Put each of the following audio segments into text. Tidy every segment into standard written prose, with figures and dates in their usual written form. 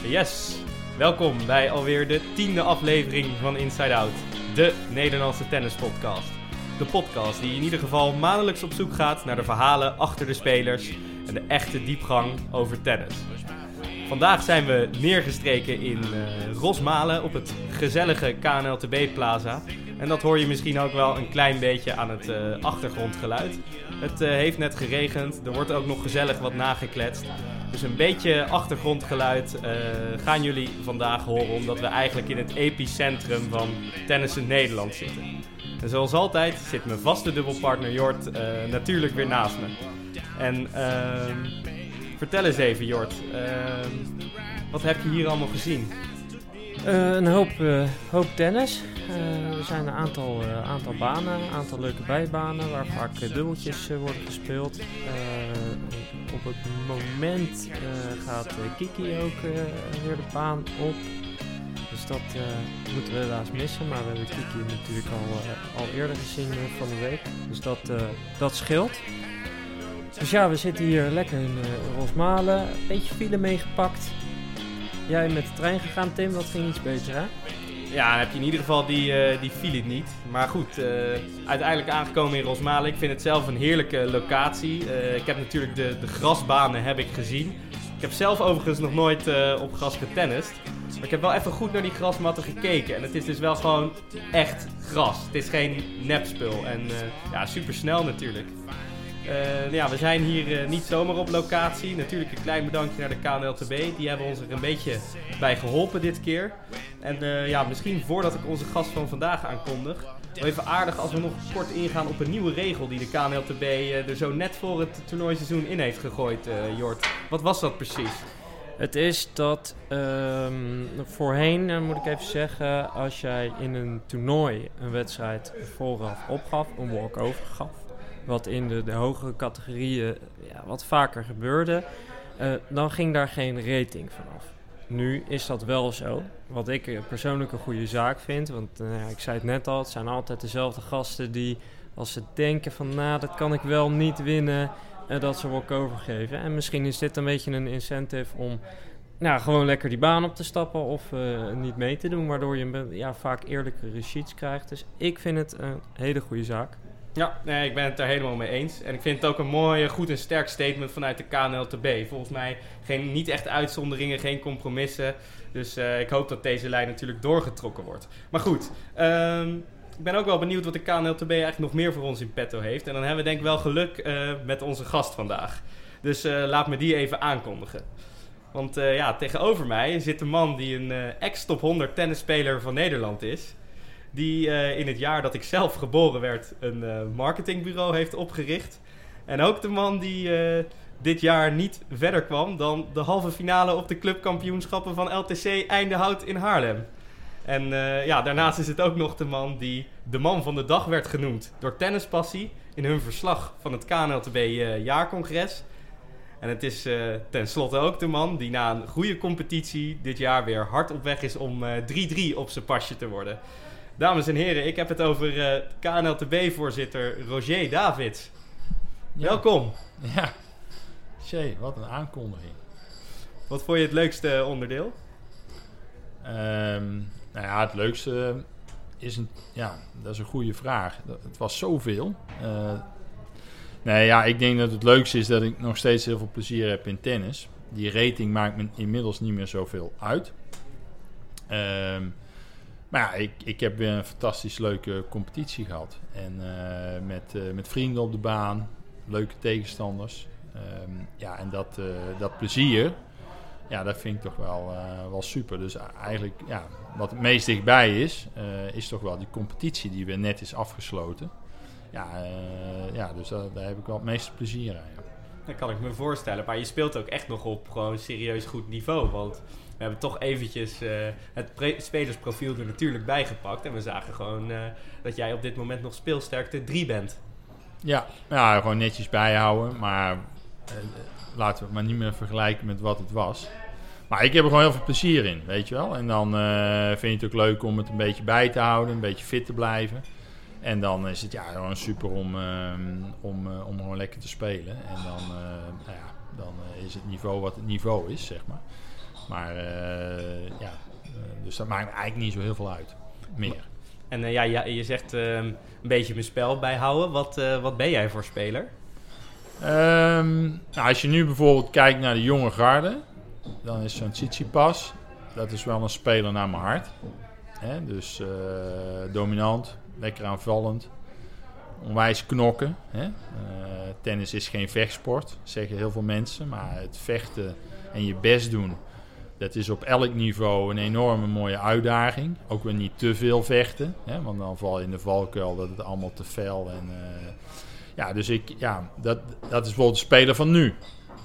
Yes, welkom bij alweer de 10e aflevering van Inside Out, de Nederlandse tennispodcast. De podcast die in ieder geval maandelijks op zoek gaat naar de verhalen achter de spelers en de echte diepgang over tennis. Vandaag zijn we neergestreken in Rosmalen op het gezellige KNLTB Plaza. En dat hoor je misschien ook wel een klein beetje aan het achtergrondgeluid. Het heeft net geregend, er wordt ook nog gezellig wat nagekletst. Dus een beetje achtergrondgeluid gaan jullie vandaag horen, omdat we eigenlijk in het epicentrum van tennis in Nederland zitten. En zoals altijd zit mijn vaste dubbelpartner Jort natuurlijk weer naast me. En vertel eens even Jort, wat heb je hier allemaal gezien? Een hoop tennis. Er zijn een aantal banen, een aantal leuke bijbanen waar vaak dubbeltjes worden gespeeld. Op het moment gaat Kiki ook weer de baan op. Dus dat moeten we helaas missen. Maar we hebben Kiki natuurlijk al eerder gezien van de week. Dus dat scheelt. Dus ja, we zitten hier lekker in Rosmalen. Een beetje file meegepakt. Jij met de trein gegaan, Tim, dat ging iets beter, hè? Ja, dan heb je in ieder geval die file niet. Maar goed, uiteindelijk aangekomen in Rosmalen. Ik vind het zelf een heerlijke locatie. Ik heb natuurlijk de grasbanen heb ik gezien. Ik heb zelf overigens nog nooit op gras getennist. Maar ik heb wel even goed naar die grasmatten gekeken. En het is dus wel gewoon echt gras. Het is geen nepspul. En super snel natuurlijk. We zijn hier niet zomaar op locatie. Natuurlijk een klein bedankje naar de KNLTB. Die hebben ons er een beetje bij geholpen dit keer. En misschien voordat ik onze gast van vandaag aankondig, wel even aardig als we nog kort ingaan op een nieuwe regel die de KNLTB er zo net voor het toernooiseizoen in heeft gegooid, Jort. Wat was dat precies? Het is dat voorheen, moet ik even zeggen, als jij in een toernooi een wedstrijd vooraf opgaf, een walk-over gaf, wat in de hogere categorieën wat vaker gebeurde, dan ging daar geen rating vanaf. Nu is dat wel zo, wat ik persoonlijk een goede zaak vind, want ik zei het net al, het zijn altijd dezelfde gasten die, als ze denken van dat kan ik wel niet winnen, dat ze walk-over geven. En misschien is dit een beetje een incentive om gewoon lekker die baan op te stappen of niet mee te doen, waardoor je vaak eerlijkere sheets krijgt. Dus ik vind het een hele goede zaak. Ja, nee, ik ben het daar helemaal mee eens. En ik vind het ook een mooi, goed en sterk statement vanuit de KNLTB. Volgens mij niet echt uitzonderingen, geen compromissen. Dus ik hoop dat deze lijn natuurlijk doorgetrokken wordt. Maar goed, ik ben ook wel benieuwd wat de KNLTB eigenlijk nog meer voor ons in petto heeft. En dan hebben we denk ik wel geluk met onze gast vandaag. Dus laat me die even aankondigen. Want tegenover mij zit een man die een ex-top 100 tennisspeler van Nederland is. Die in het jaar dat ik zelf geboren werd een marketingbureau heeft opgericht. En ook de man die dit jaar niet verder kwam dan de halve finale op de clubkampioenschappen van LTC Eindehout in Haarlem. En daarnaast is het ook nog de man die de man van de dag werd genoemd door Tennispassie in hun verslag van het KNLTB jaarcongres. En het is tenslotte ook de man die na een goede competitie dit jaar weer hard op weg is om 3-3 op zijn pasje te worden. Dames en heren, ik heb het over KNLTB-voorzitter Roger Davids. Ja. Welkom. Ja, Shay, wat een aankondiging. Wat vond je het leukste onderdeel? Het leukste is dat is een goede vraag. Het was zoveel. Ik denk dat het leukste is dat ik nog steeds heel veel plezier heb in tennis. Die rating maakt me inmiddels niet meer zoveel uit. Ik heb weer een fantastisch leuke competitie gehad. En met vrienden op de baan, leuke tegenstanders. En dat plezier, dat vind ik toch wel super. Dus eigenlijk, wat het meest dichtbij is toch wel die competitie die weer net is afgesloten. Dus daar heb ik wel het meeste plezier aan. Ja. Dat kan ik me voorstellen. Maar je speelt ook echt nog op gewoon serieus goed niveau. Want we hebben toch eventjes het spelersprofiel er natuurlijk bijgepakt. En we zagen gewoon dat jij op dit moment nog speelsterkte 3 bent. Ja, gewoon netjes bijhouden. Maar laten we het maar niet meer vergelijken met wat het was. Maar ik heb er gewoon heel veel plezier in, weet je wel. En dan vind je het ook leuk om het een beetje bij te houden. Een beetje fit te blijven. En dan is het gewoon super om gewoon lekker te spelen. En dan is het niveau wat het niveau is, zeg maar. Maar dus dat maakt eigenlijk niet zo heel veel uit. Meer. En je zegt een beetje mijn spel bijhouden. Wat ben jij voor speler? Als je nu bijvoorbeeld kijkt naar de jonge garde, dan is zo'n Tsitsipas, dat is wel een speler naar mijn hart. Dus dominant, lekker aanvallend, onwijs knokken. Tennis is geen vechtsport, zeggen heel veel mensen. Maar het vechten en je best doen, dat is op elk niveau een enorme mooie uitdaging. Ook weer niet te veel vechten, want dan val je in de valkuil dat het allemaal te fel en... dus dat is bijvoorbeeld de speler van nu.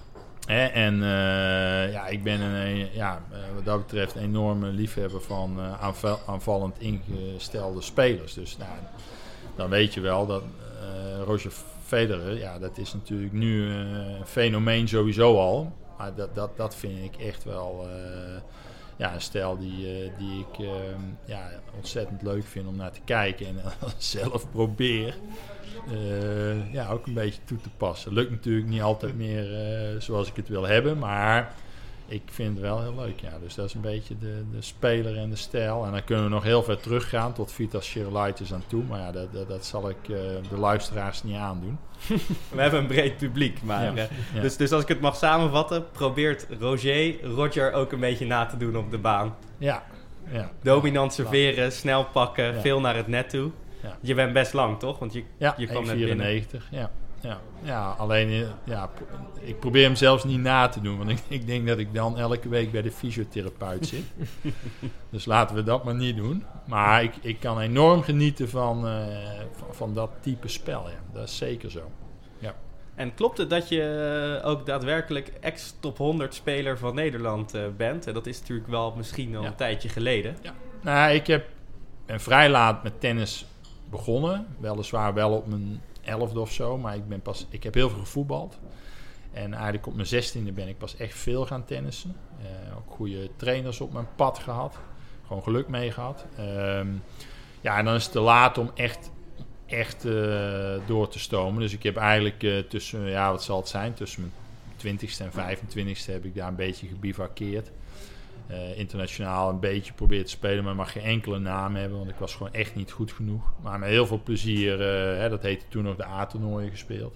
Ik ben wat dat betreft een enorme liefhebber van aanvallend ingestelde spelers. Dus dan weet je wel dat Roger Federer, dat is natuurlijk nu een fenomeen sowieso al. Maar dat vind ik echt wel een stijl die ik ontzettend leuk vind om naar te kijken en zelf probeer. Ook een beetje toe te passen. Lukt natuurlijk niet altijd meer zoals ik het wil hebben, maar ik vind het wel heel leuk. Ja. Dus dat is een beetje de speler en de stijl. En dan kunnen we nog heel ver teruggaan tot Vitas Sherlaitis aan toe. Maar dat zal ik de luisteraars niet aandoen. We hebben een breed publiek. Maar, Dus als ik het mag samenvatten, probeert Roger ook een beetje na te doen op de baan. Ja. Dominant serveren, snel pakken, veel naar het net toe. Ja. Je bent best lang, toch? Want je kwam net binnen. Alleen ik probeer hem zelfs niet na te doen. Want ik denk dat ik dan elke week bij de fysiotherapeut zit. Dus laten we dat maar niet doen. Maar ik kan enorm genieten van dat type spel. Ja. Dat is zeker zo. Ja. En klopt het dat je ook daadwerkelijk ex-top 100 speler van Nederland bent? En dat is natuurlijk wel misschien al een tijdje geleden. Ja. Ik ben vrij laat met tennis begonnen. Weliswaar wel op mijn 11e of zo, maar ik heb heel veel gevoetbald. En eigenlijk op mijn 16e ben ik pas echt veel gaan tennissen. Ook goede trainers op mijn pad gehad. Gewoon geluk mee gehad. En dan is het te laat om echt door te stomen. Dus ik heb eigenlijk tussen mijn 20ste en 25ste heb ik daar een beetje gebivakkeerd. Internationaal een beetje probeert te spelen, maar mag geen enkele naam hebben, want ik was gewoon echt niet goed genoeg. Maar met heel veel plezier, dat heette toen nog de A-toernooien gespeeld.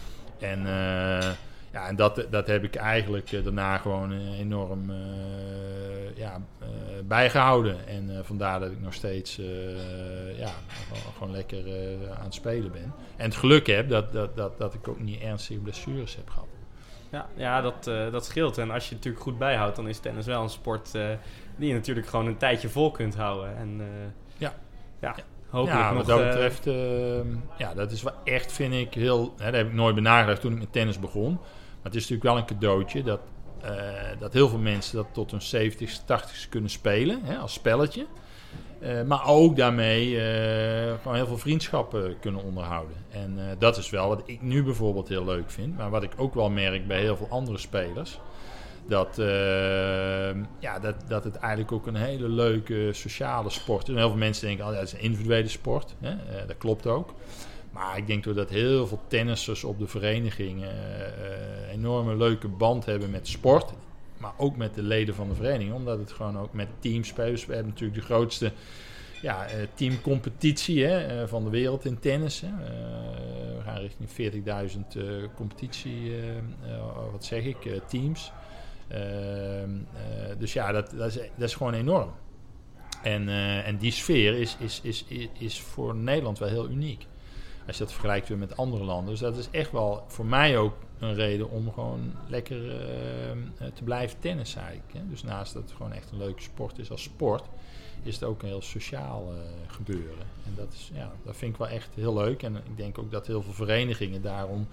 En dat heb ik eigenlijk daarna gewoon enorm bijgehouden. En vandaar dat ik nog steeds gewoon lekker aan het spelen ben. En het geluk heb dat ik ook niet ernstige blessures heb gehad. Ja, dat scheelt. En als je het natuurlijk goed bijhoudt, dan is tennis wel een sport die je natuurlijk gewoon een tijdje vol kunt houden. En hopelijk nog... wat dat betreft, dat is wel echt, vind ik, heel... dat heb ik nooit benaderd toen ik met tennis begon. Maar het is natuurlijk wel een cadeautje dat heel veel mensen dat tot hun 70's, 80's kunnen spelen, als spelletje. Maar ook daarmee gewoon heel veel vriendschappen kunnen onderhouden. En dat is wel wat ik nu bijvoorbeeld heel leuk vind. Maar wat ik ook wel merk bij heel veel andere spelers. Dat het eigenlijk ook een hele leuke sociale sport is. En heel veel mensen denken, dat is een individuele sport. Dat klopt ook. Maar ik denk dat heel veel tennissers op de vereniging enorme leuke band hebben met sport. Maar ook met de leden van de vereniging. Omdat het gewoon ook met teamspelers... We hebben natuurlijk de grootste teamcompetitie van de wereld in tennis. We gaan richting 40.000 competitie... teams. Dus dat is gewoon enorm. En die sfeer is voor Nederland wel heel uniek. Als je dat vergelijkt weer met andere landen. Dus dat is echt wel voor mij ook een reden om gewoon lekker te blijven tennissen eigenlijk. Hè. Dus naast dat het gewoon echt een leuke sport is als sport, is het ook een heel sociaal gebeuren. En dat vind ik wel echt heel leuk. En ik denk ook dat heel veel verenigingen daarom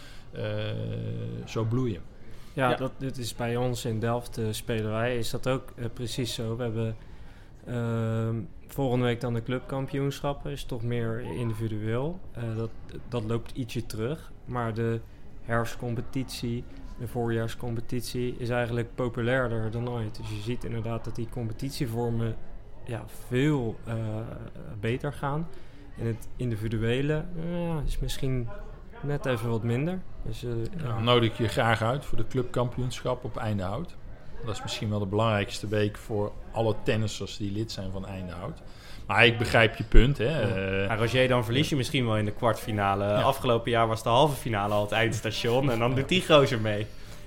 zo bloeien. Ja, dit is bij ons in Delft, de spelerij, is dat ook precies zo. We hebben volgende week dan de clubkampioenschappen, is toch meer individueel. Dat loopt ietsje terug, maar de herfstcompetitie, de voorjaarscompetitie is eigenlijk populairder dan ooit. Dus je ziet inderdaad dat die competitievormen veel beter gaan. En het individuele is misschien net even wat minder. Dus, nodig ik je graag uit voor de clubkampioenschap op Eindehout. Dat is misschien wel de belangrijkste week voor alle tennissers die lid zijn van Eindhoven. Maar ik begrijp je punt. Hè. Roger, dan verlies je misschien wel in de kwartfinale. Ja. Afgelopen jaar was de halve finale al het eindstation. En dan doet die gozer mee.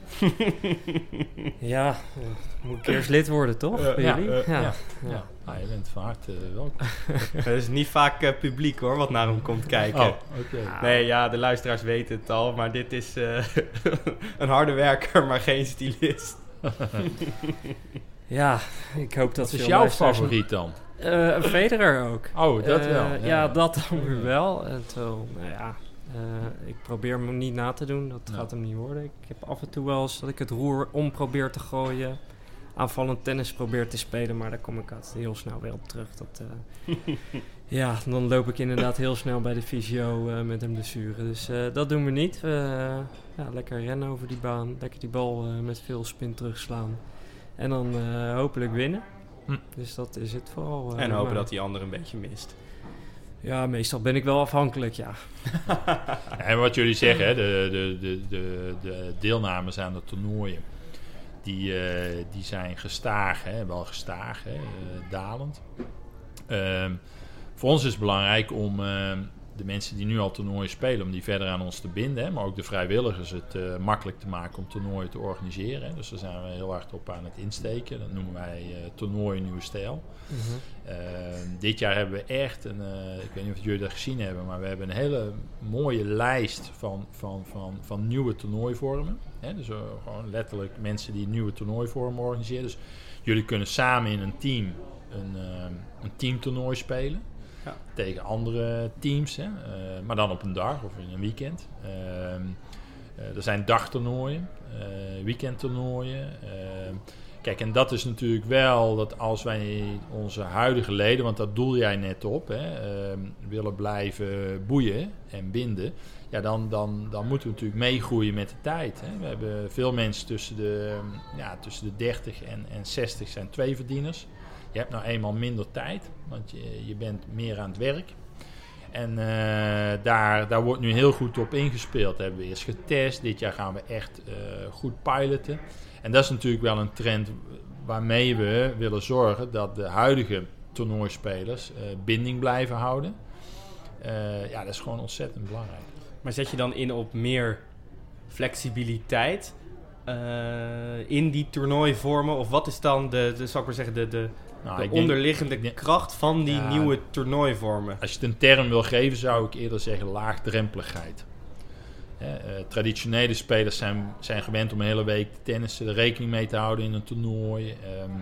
Ja, moet ik eerst lid worden, toch? Bij jullie? Ja. Nou, je bent van harte welkom. Er is niet vaak publiek hoor, wat naar hem komt kijken. Oh, oké. Nee, ja, de luisteraars weten het al. Maar dit is een harde werker, maar geen stylist. Ja, ik hoop dat Wat is veel jouw luisteraars- favoriet dan? Een Federer ook. Oh, dat wel. Ja, dat dan weer wel. En zo, ik probeer hem niet na te doen. Dat gaat hem niet worden. Ik heb af en toe wel eens dat ik het roer om probeer te gooien. Aanvallend tennis probeer te spelen. Maar daar kom ik altijd heel snel weer op terug. Ja, dan loop ik inderdaad heel snel bij de fysio met een blessure. Dus dat doen we niet. Lekker rennen over die baan. Lekker die bal met veel spin terugslaan. En dan hopelijk winnen. Dus dat is het vooral. En hopen dat die ander een beetje mist. Ja, meestal ben ik wel afhankelijk, ja. En wat jullie zeggen, hè, de deelnames aan de toernooien, die zijn gestaag, hè, wel gestaag, hè, dalend. Voor ons is het belangrijk om de mensen die nu al toernooien spelen, om die verder aan ons te binden. Hè, maar ook de vrijwilligers het makkelijk te maken om toernooien te organiseren. Hè. Dus daar zijn we heel hard op aan het insteken. Dat noemen wij toernooien nieuwe stijl. Dit jaar hebben we echt ik weet niet of jullie dat gezien hebben, maar we hebben een hele mooie lijst van nieuwe toernooivormen. Hè. Dus gewoon letterlijk mensen die nieuwe toernooivormen organiseren. Dus jullie kunnen samen in een team een teamtoernooi spelen. Ja. Tegen andere teams, hè? Maar dan op een dag of in een weekend. Er zijn dagtoernooien, weekendtoernooien. Kijk, en dat is natuurlijk wel dat als wij onze huidige leden, want dat doel jij net op, hè, willen blijven boeien en binden, ja, dan moeten we natuurlijk meegroeien met de tijd. Hè. We hebben veel mensen tussen de 30 en 60 zijn tweeverdieners. Je hebt nou eenmaal minder tijd, want je bent meer aan het werk. En daar wordt nu heel goed op ingespeeld. Dat hebben we eerst getest. Dit jaar gaan we echt goed piloten. En dat is natuurlijk wel een trend waarmee we willen zorgen dat de huidige toernooispelers binding blijven houden. Dat is gewoon ontzettend belangrijk. Maar zet je dan in op meer flexibiliteit in die toernooivormen? Of wat is dan zal ik maar zeggen, de onderliggende kracht van die nieuwe toernooivormen? Als je het een term wil geven, zou ik eerder zeggen laagdrempeligheid. Traditionele spelers zijn gewend om een hele week te tennissen, er rekening mee te houden in een toernooi.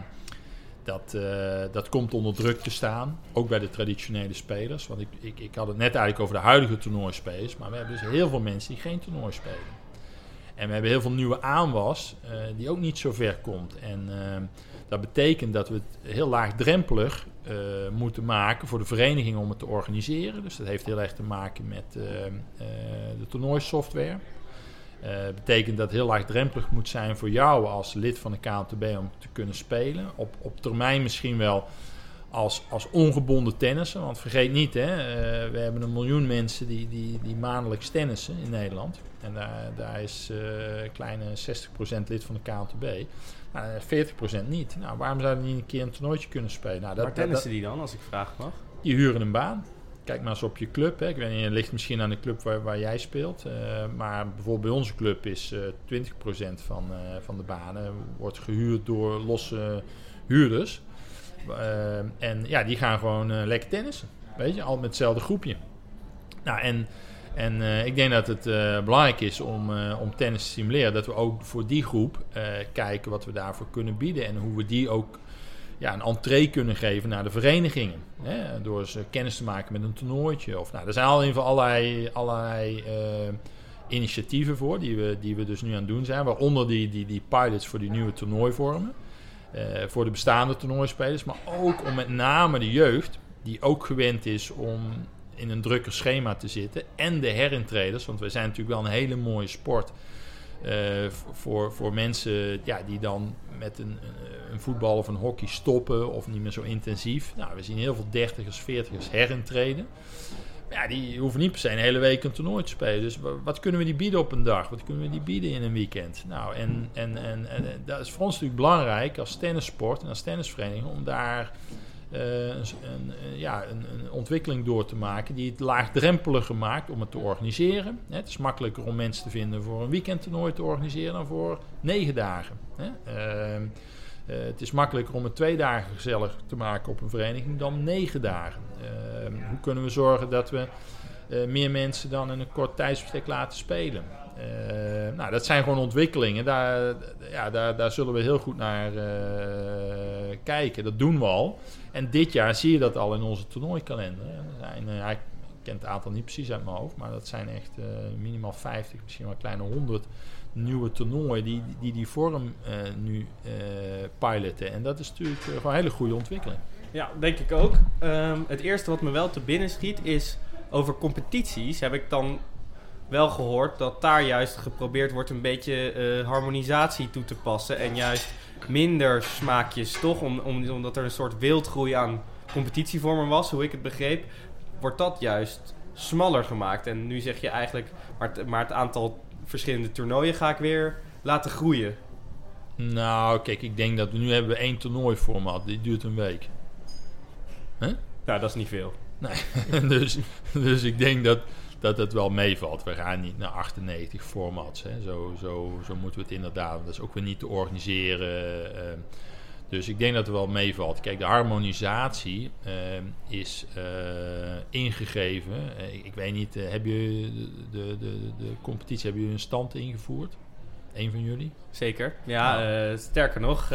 Dat komt onder druk te staan, ook bij de traditionele spelers. Want ik had het net eigenlijk over de huidige toernooispelers, maar we hebben dus heel veel mensen die geen toernooi spelen. En we hebben heel veel nieuwe aanwas die ook niet zo ver komt. En dat betekent dat we het heel laagdrempelig moeten maken voor de vereniging om het te organiseren. Dus dat heeft heel erg te maken met de toernooisoftware. Betekent dat het heel laagdrempelig moet zijn voor jou als lid van de KNTB om te kunnen spelen. Op termijn misschien wel als ongebonden tennissen. Want vergeet niet, hè, we hebben 1 miljoen mensen die maandelijks tennissen in Nederland. En daar is een kleine 60% lid van de KNTB. 40% niet. Nou, waarom zouden die niet een keer een toernooitje kunnen spelen? Nou, waar tennissen die dan, als ik vragen mag? Die huren een baan. Kijk maar eens op je club. Hè. Ik weet niet, het ligt misschien aan de club waar jij speelt. Maar bijvoorbeeld bij onze club is 20% van de banen wordt gehuurd door losse huurders. En ja, die gaan gewoon lekker tennissen. Weet je, altijd met hetzelfde groepje. Nou, en ik denk dat het belangrijk is om tennis te stimuleren. Dat we ook voor die groep kijken wat we daarvoor kunnen bieden. En hoe we die ook een entree kunnen geven naar de verenigingen. Hè? Door ze kennis te maken met een toernooitje. Er zijn al in ieder geval allerlei initiatieven voor die we dus nu aan het doen zijn. Waaronder die pilots voor die nieuwe toernooivormen. Voor de bestaande toernooispelers. Maar ook om met name de jeugd, die ook gewend is om in een drukker schema te zitten. En de herintreders, want we zijn natuurlijk wel een hele mooie sport. Voor mensen die dan met een voetbal of een hockey stoppen of niet meer zo intensief. Nou, we zien heel veel 30ers, 40ers herintreden. Ja, die hoeven niet per se een hele week een toernooi te spelen. Dus wat kunnen we die bieden op een dag? Wat kunnen we die bieden in een weekend? Nou, en dat is voor ons natuurlijk belangrijk als tennissport en als tennisvereniging om daar een ontwikkeling door te maken die het laagdrempeliger maakt om het te organiseren. Het is makkelijker om mensen te vinden voor een weekendtoernooi te organiseren dan voor 9 dagen. Het is makkelijker om het 2 dagen gezellig te maken op een vereniging dan 9 dagen. Hoe kunnen we zorgen dat we meer mensen dan in een kort tijdsbestek laten spelen? Dat zijn gewoon ontwikkelingen. Daar zullen we heel goed naar kijken. Dat doen we al. En dit jaar zie je dat al in onze toernooikalender. Ik ken het aantal niet precies uit mijn hoofd, maar dat zijn echt minimaal 50, misschien wel een kleine 100 nieuwe toernooien die vorm nu piloten. En dat is natuurlijk gewoon een hele goede ontwikkeling. Ja, denk ik ook. Het eerste wat me wel te binnen schiet is over competities. Heb ik dan wel gehoord dat daar juist geprobeerd wordt een beetje harmonisatie toe te passen. En juist minder smaakjes toch, omdat er een soort wildgroei aan competitievormen was, hoe ik het begreep, wordt dat juist smaller gemaakt. En nu zeg je eigenlijk, maar het aantal verschillende toernooien ga ik weer laten groeien. Nou, kijk, ik denk dat nu hebben we 1 toernooiformat. Die duurt een week. Nou, dat is niet veel. Nee, dus ik denk dat het wel meevalt. We gaan niet naar 98 formats. Hè. Zo moeten we het inderdaad. Dat is ook weer niet te organiseren. Dus ik denk dat het wel meevalt. Kijk, de harmonisatie is ingegeven. Ik weet niet, heb je de competitie, hebben jullie een stand ingevoerd? Eén van jullie? Zeker. Ja, sterker nog...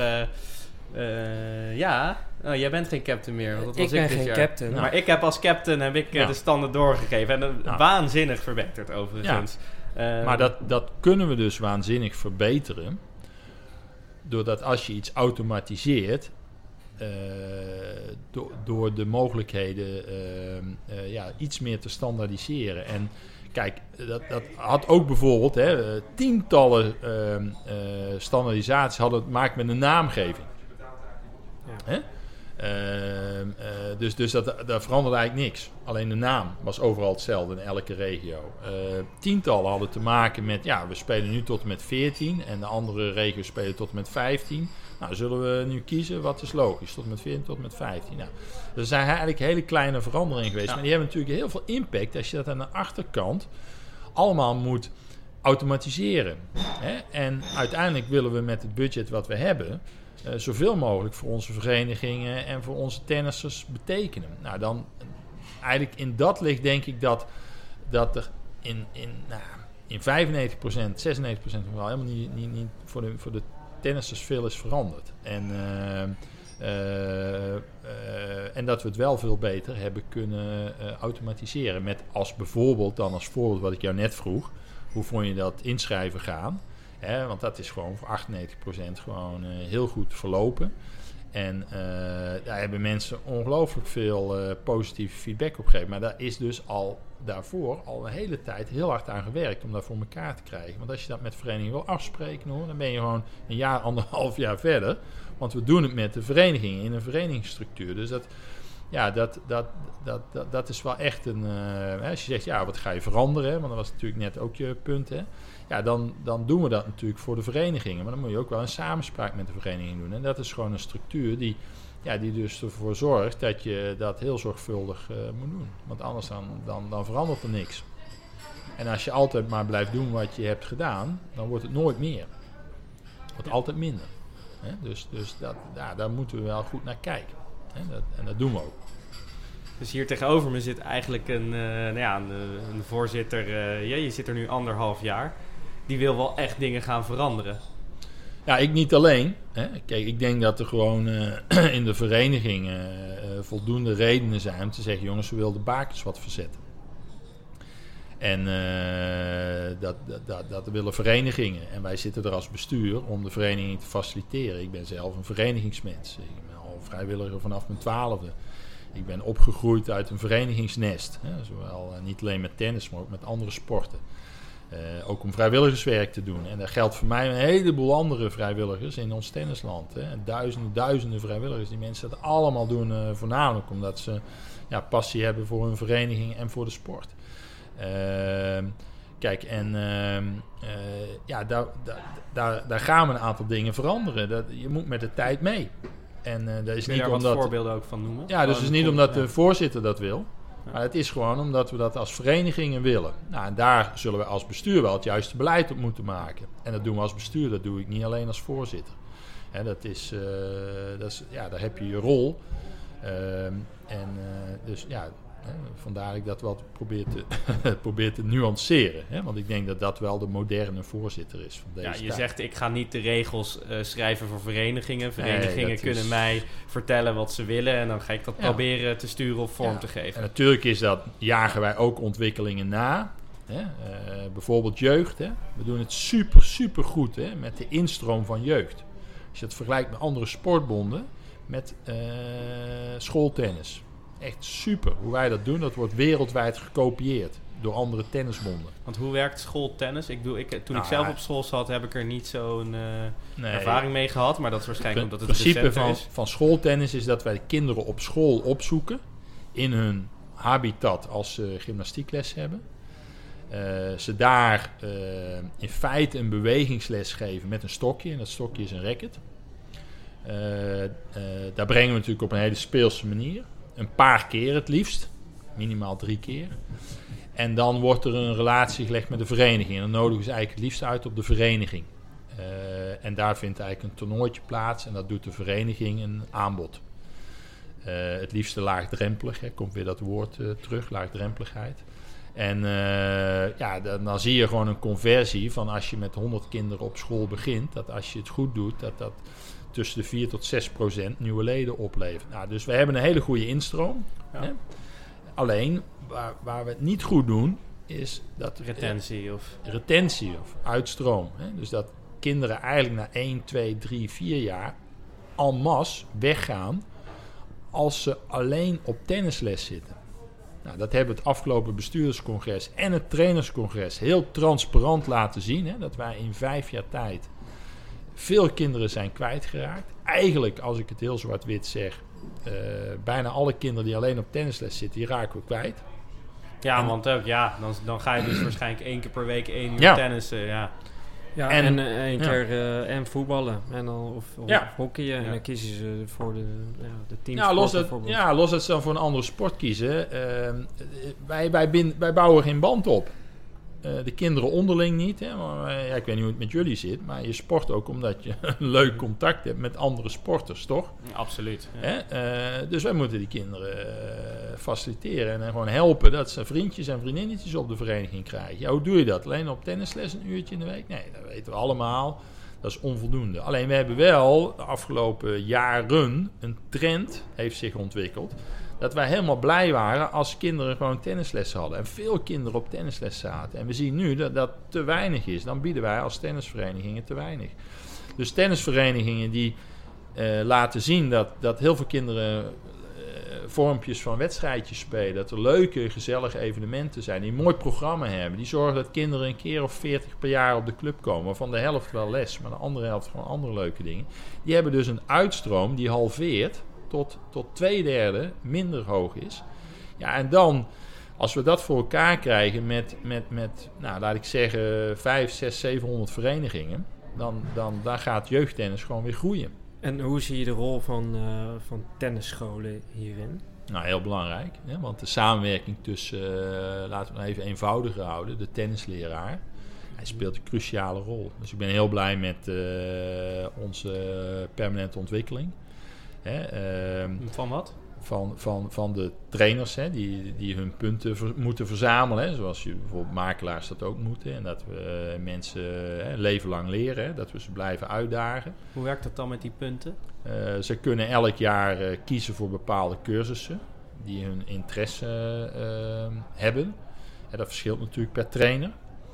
jij bent geen captain meer. Want dat was ik ben dit geen jaar. captain. Maar ik heb als captain de standen doorgegeven. En waanzinnig verbeterd overigens. Ja. Maar dat kunnen we dus waanzinnig verbeteren. Doordat als je iets automatiseert, door de mogelijkheden iets meer te standaardiseren. En kijk, dat had ook bijvoorbeeld tientallen standaardisaties hadden het maakt met een naamgeving. Ja. Dus daar veranderde eigenlijk niks. Alleen de naam was overal hetzelfde in elke regio. Tientallen hadden te maken met, we spelen nu tot en met 14 en de andere regio's spelen tot en met 15. Nou, zullen we nu kiezen wat is logisch, tot en met 14, tot en met 15. Nou, er zijn eigenlijk hele kleine veranderingen geweest, maar die hebben natuurlijk heel veel impact als je dat aan de achterkant allemaal moet automatiseren. En uiteindelijk willen we met het budget wat we hebben zoveel mogelijk voor onze verenigingen en voor onze tennissers betekenen. Nou, dan eigenlijk in dat licht denk ik dat er in 95%, 96% wel helemaal niet voor de tennissers veel is veranderd. En dat we het wel veel beter hebben kunnen automatiseren. Met als voorbeeld wat ik jou net vroeg, hoe vond je dat inschrijven gaan? Want dat is gewoon voor 98% gewoon heel goed verlopen. En daar hebben mensen ongelooflijk veel positieve feedback op gegeven. Maar daar is dus daarvoor al een hele tijd heel hard aan gewerkt om dat voor elkaar te krijgen. Want als je dat met verenigingen wil afspreken, dan ben je gewoon een jaar, 1,5 jaar verder. Want we doen het met de verenigingen in een verenigingsstructuur. Dus dat is wel echt een... als je zegt, wat ga je veranderen? Want dat was natuurlijk net ook je punt, hè? Ja, dan doen we dat natuurlijk voor de verenigingen. Maar dan moet je ook wel een samenspraak met de vereniging doen. En dat is gewoon een structuur die dus ervoor zorgt dat je dat heel zorgvuldig moet doen. Want anders dan verandert er niks. En als je altijd maar blijft doen wat je hebt gedaan, dan wordt het nooit meer. Het wordt altijd minder. Dus daar moeten we wel goed naar kijken. En dat doen we ook. Dus hier tegenover me zit eigenlijk een voorzitter. Je zit er nu 1,5 jaar. Die wil wel echt dingen gaan veranderen. Ja, ik niet alleen. Kijk, ik denk dat er gewoon in de vereniging voldoende redenen zijn om te zeggen, jongens, we willen de bakens wat verzetten. En dat willen verenigingen. En wij zitten er als bestuur om de vereniging te faciliteren. Ik ben zelf een verenigingsmens. Ik ben al vrijwilliger vanaf mijn 12e. Ik ben opgegroeid uit een verenigingsnest. Zowel niet alleen met tennis, maar ook met andere sporten. Ook om vrijwilligerswerk te doen. En dat geldt voor mij een heleboel andere vrijwilligers in ons tennisland. Hè. Duizenden vrijwilligers. Die mensen dat allemaal doen, voornamelijk omdat ze passie hebben voor hun vereniging en voor de sport. Kijk, en daar gaan we een aantal dingen veranderen. Je moet met de tijd mee. En dat is Kun je niet daar omdat wat voorbeelden ook van noemen? Ja, dus het is niet omdat de voorzitter dat wil. Maar het is gewoon omdat we dat als verenigingen willen. Nou, en daar zullen we als bestuur wel het juiste beleid op moeten maken. En dat doen we als bestuur, dat doe ik niet alleen als voorzitter. En daar heb je je rol. Dus vandaar ik dat wel probeer te nuanceren. Hè? Want ik denk dat dat wel de moderne voorzitter is van deze tijd. Je zegt, ik ga niet de regels schrijven voor verenigingen. Verenigingen kunnen mij vertellen wat ze willen. En dan ga ik dat proberen te sturen of vorm te geven. En natuurlijk jagen wij ook ontwikkelingen na. Hè? Bijvoorbeeld jeugd. Hè? We doen het super goed met de instroom van jeugd. Als je het vergelijkt met andere sportbonden, met schooltennis. Echt super hoe wij dat doen. Dat wordt wereldwijd gekopieerd door andere tennisbonden. Want hoe werkt schooltennis? Toen ik zelf op school zat, heb ik er niet zo'n ervaring mee gehad. Maar dat is waarschijnlijk omdat het recenter is. Het principe van schooltennis is dat wij de kinderen op school opzoeken. In hun habitat als ze gymnastiekles hebben. Ze daar in feite een bewegingsles geven met een stokje. En dat stokje is een racket. Daar brengen we natuurlijk op een hele speelse manier. Een paar keer het liefst. Minimaal 3 keer. En dan wordt er een relatie gelegd met de vereniging. En dan nodigen ze eigenlijk het liefst uit op de vereniging. En daar vindt eigenlijk een toernooitje plaats. En dat doet de vereniging een aanbod. Het liefste laagdrempelig. Komt weer dat woord terug. Laagdrempeligheid. En dan zie je gewoon een conversie van als je met 100 kinderen op school begint. Dat als je het goed doet, dat tussen de 4 tot 6% nieuwe leden oplevert. Nou, dus we hebben een hele goede instroom. Ja. Hè? Alleen, waar we het niet goed doen, is dat retentie of uitstroom. Hè? Dus dat kinderen eigenlijk na 1, 2, 3, 4 jaar en masse weggaan als ze alleen op tennisles zitten. Nou, dat hebben we het afgelopen bestuurderscongres en het trainerscongres heel transparant laten zien. Hè? Dat wij in 5 jaar tijd veel kinderen zijn kwijtgeraakt. Eigenlijk, als ik het heel zwart-wit zeg, bijna alle kinderen die alleen op tennisles zitten, die raken we kwijt. Ja, want ook, dan ga je dus waarschijnlijk 1 keer per week 1 uur tennissen. Ja, en 1 keer en voetballen en dan, of hockeyen. En dan kiezen ze voor de teamsport bijvoorbeeld. Ja, los dat ze dan voor een andere sport kiezen. Wij bouwen geen band op. De kinderen onderling niet. Hè? Maar, ik weet niet hoe het met jullie zit. Maar je sport ook omdat je een leuk contact hebt met andere sporters, toch? Absoluut. Ja. Dus wij moeten die kinderen faciliteren. En gewoon helpen dat ze vriendjes en vriendinnetjes op de vereniging krijgen. Ja, hoe doe je dat? Alleen op tennisles 1 uurtje in de week? Nee, dat weten we allemaal. Dat is onvoldoende. Alleen we hebben wel de afgelopen jaren een trend heeft zich ontwikkeld. Dat wij helemaal blij waren als kinderen gewoon tennislessen hadden. En veel kinderen op tennisles zaten. En we zien nu dat dat te weinig is. Dan bieden wij als tennisverenigingen te weinig. Dus tennisverenigingen die laten zien dat heel veel kinderen vormpjes van wedstrijdjes spelen. Dat er leuke, gezellige evenementen zijn. Die een mooi programma hebben. Die zorgen dat kinderen een keer of 40 per jaar op de club komen. Van de helft wel les, maar de andere helft gewoon andere leuke dingen. Die hebben dus een uitstroom die halveert. Tot 2/3 minder hoog is. Ja, en dan, als we dat voor elkaar krijgen met laat ik zeggen, 5, 6, 700 verenigingen, dan gaat jeugdtennis gewoon weer groeien. En hoe zie je de rol van tennisscholen hierin? Nou, heel belangrijk. Hè? Want de samenwerking tussen, laten we het even eenvoudiger houden, de tennisleraar, hij speelt een cruciale rol. Dus ik ben heel blij met onze permanente ontwikkeling. Van wat? Van de trainers die hun punten moeten verzamelen. Hè, zoals bijvoorbeeld makelaars dat ook moeten. En dat we mensen een leven lang leren. Hè, dat we ze blijven uitdagen. Hoe werkt dat dan met die punten? Ze kunnen elk jaar kiezen voor bepaalde cursussen die hun interesse hebben. Dat verschilt natuurlijk per trainer.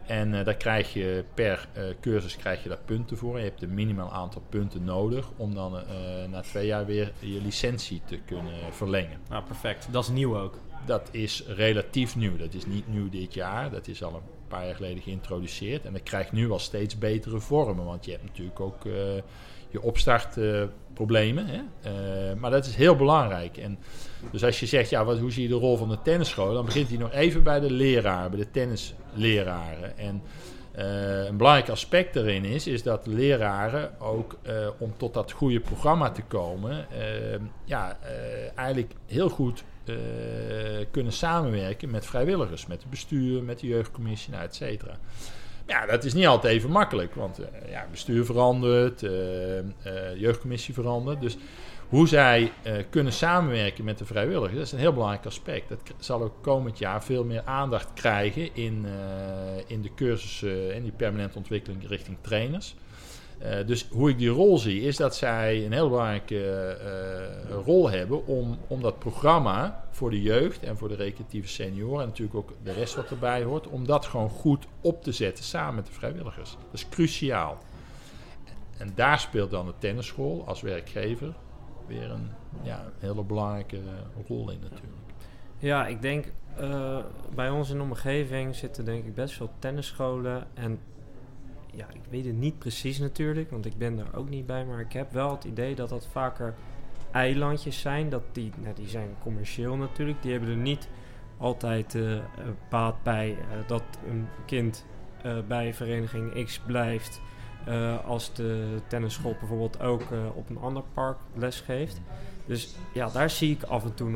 En daar krijg je per cursus krijg je daar punten voor. Je hebt een minimaal aantal punten nodig om dan na 2 jaar weer je licentie te kunnen verlengen. Nou, perfect. Dat is nieuw ook. Dat is relatief nieuw. Dat is niet nieuw dit jaar. Dat is al een paar jaar geleden geïntroduceerd. En dat krijgt nu al steeds betere vormen. Want je hebt natuurlijk ook je opstartproblemen. Maar dat is heel belangrijk. En dus als je zegt, hoe zie je de rol van de tennisschool? Dan begint hij nog even bij de leraar, bij de tennisleraren. En een belangrijk aspect daarin is dat de leraren ook om tot dat goede programma te komen, eigenlijk heel goed kunnen samenwerken met vrijwilligers, met het bestuur, met de jeugdcommissie, et cetera. Ja, dat is niet altijd even makkelijk, want bestuur verandert, jeugdcommissie verandert. Dus hoe zij kunnen samenwerken met de vrijwilligers, dat is een heel belangrijk aspect. Dat zal ook komend jaar veel meer aandacht krijgen in de cursussen en die permanente ontwikkeling richting trainers. Dus hoe ik die rol zie, is dat zij een heel belangrijke rol hebben om dat programma voor de jeugd en voor de recreatieve senioren en natuurlijk ook de rest wat erbij hoort, om dat gewoon goed op te zetten samen met de vrijwilligers. Dat is cruciaal. En daar speelt dan de tennisschool als werkgever weer een hele belangrijke rol in natuurlijk. Ja, ik denk bij ons in de omgeving zitten denk ik best veel tennisscholen en ja, ik weet het niet precies natuurlijk, want ik ben daar ook niet bij, maar ik heb wel het idee dat dat vaker eilandjes zijn, dat die zijn commercieel natuurlijk, die hebben er niet altijd baat bij dat een kind bij vereniging X blijft als de tennisschool bijvoorbeeld ook op een ander park les geeft. Dus ja, daar zie ik af en toe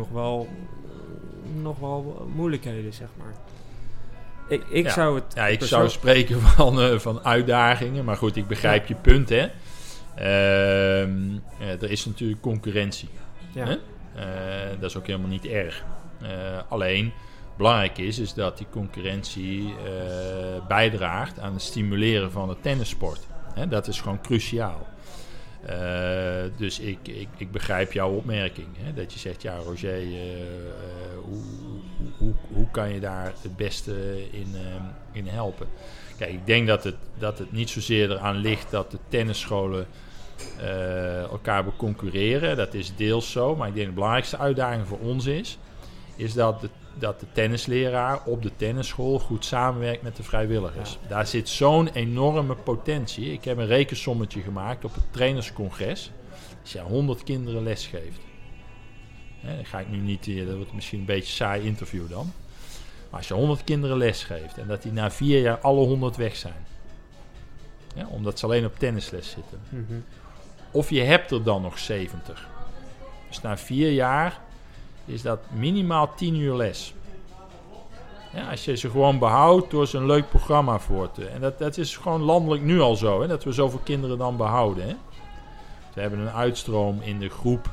nog wel moeilijkheden, zeg maar. Ik zou spreken van uitdagingen, maar goed, ik begrijp je punt, hè. Er is natuurlijk concurrentie. Ja. Hè? Dat is ook helemaal niet erg. Alleen, belangrijk is dat die concurrentie bijdraagt aan het stimuleren van de tennissport. Hè? Dat is gewoon cruciaal. Dus ik begrijp jouw opmerking. Hè? Dat je zegt, Roger, hoe kan je daar het beste in helpen? Kijk, ik denk dat het niet zozeer eraan ligt dat de tennisscholen elkaar beconcurreren. Dat is deels zo, maar ik denk de belangrijkste uitdaging voor ons is dat de tennisleraar op de tennisschool goed samenwerkt met de vrijwilligers. Ja. Daar zit zo'n enorme potentie. Ik heb een rekensommetje gemaakt op het trainerscongres. Als je 100 kinderen lesgeeft. Dan ga ik nu niet, dat wordt misschien een beetje een saai interview dan. Maar als je 100 kinderen lesgeeft en dat die na 4 jaar alle 100 weg zijn. Omdat ze alleen op tennisles zitten. Mm-hmm. Of je hebt er dan nog 70. Dus na 4 jaar is dat minimaal 10 uur les. Ja, als je ze gewoon behoudt door ze een leuk programma voor te... En dat is gewoon landelijk nu al zo, hè, dat we zoveel kinderen dan behouden. Hè. We hebben een uitstroom in de groep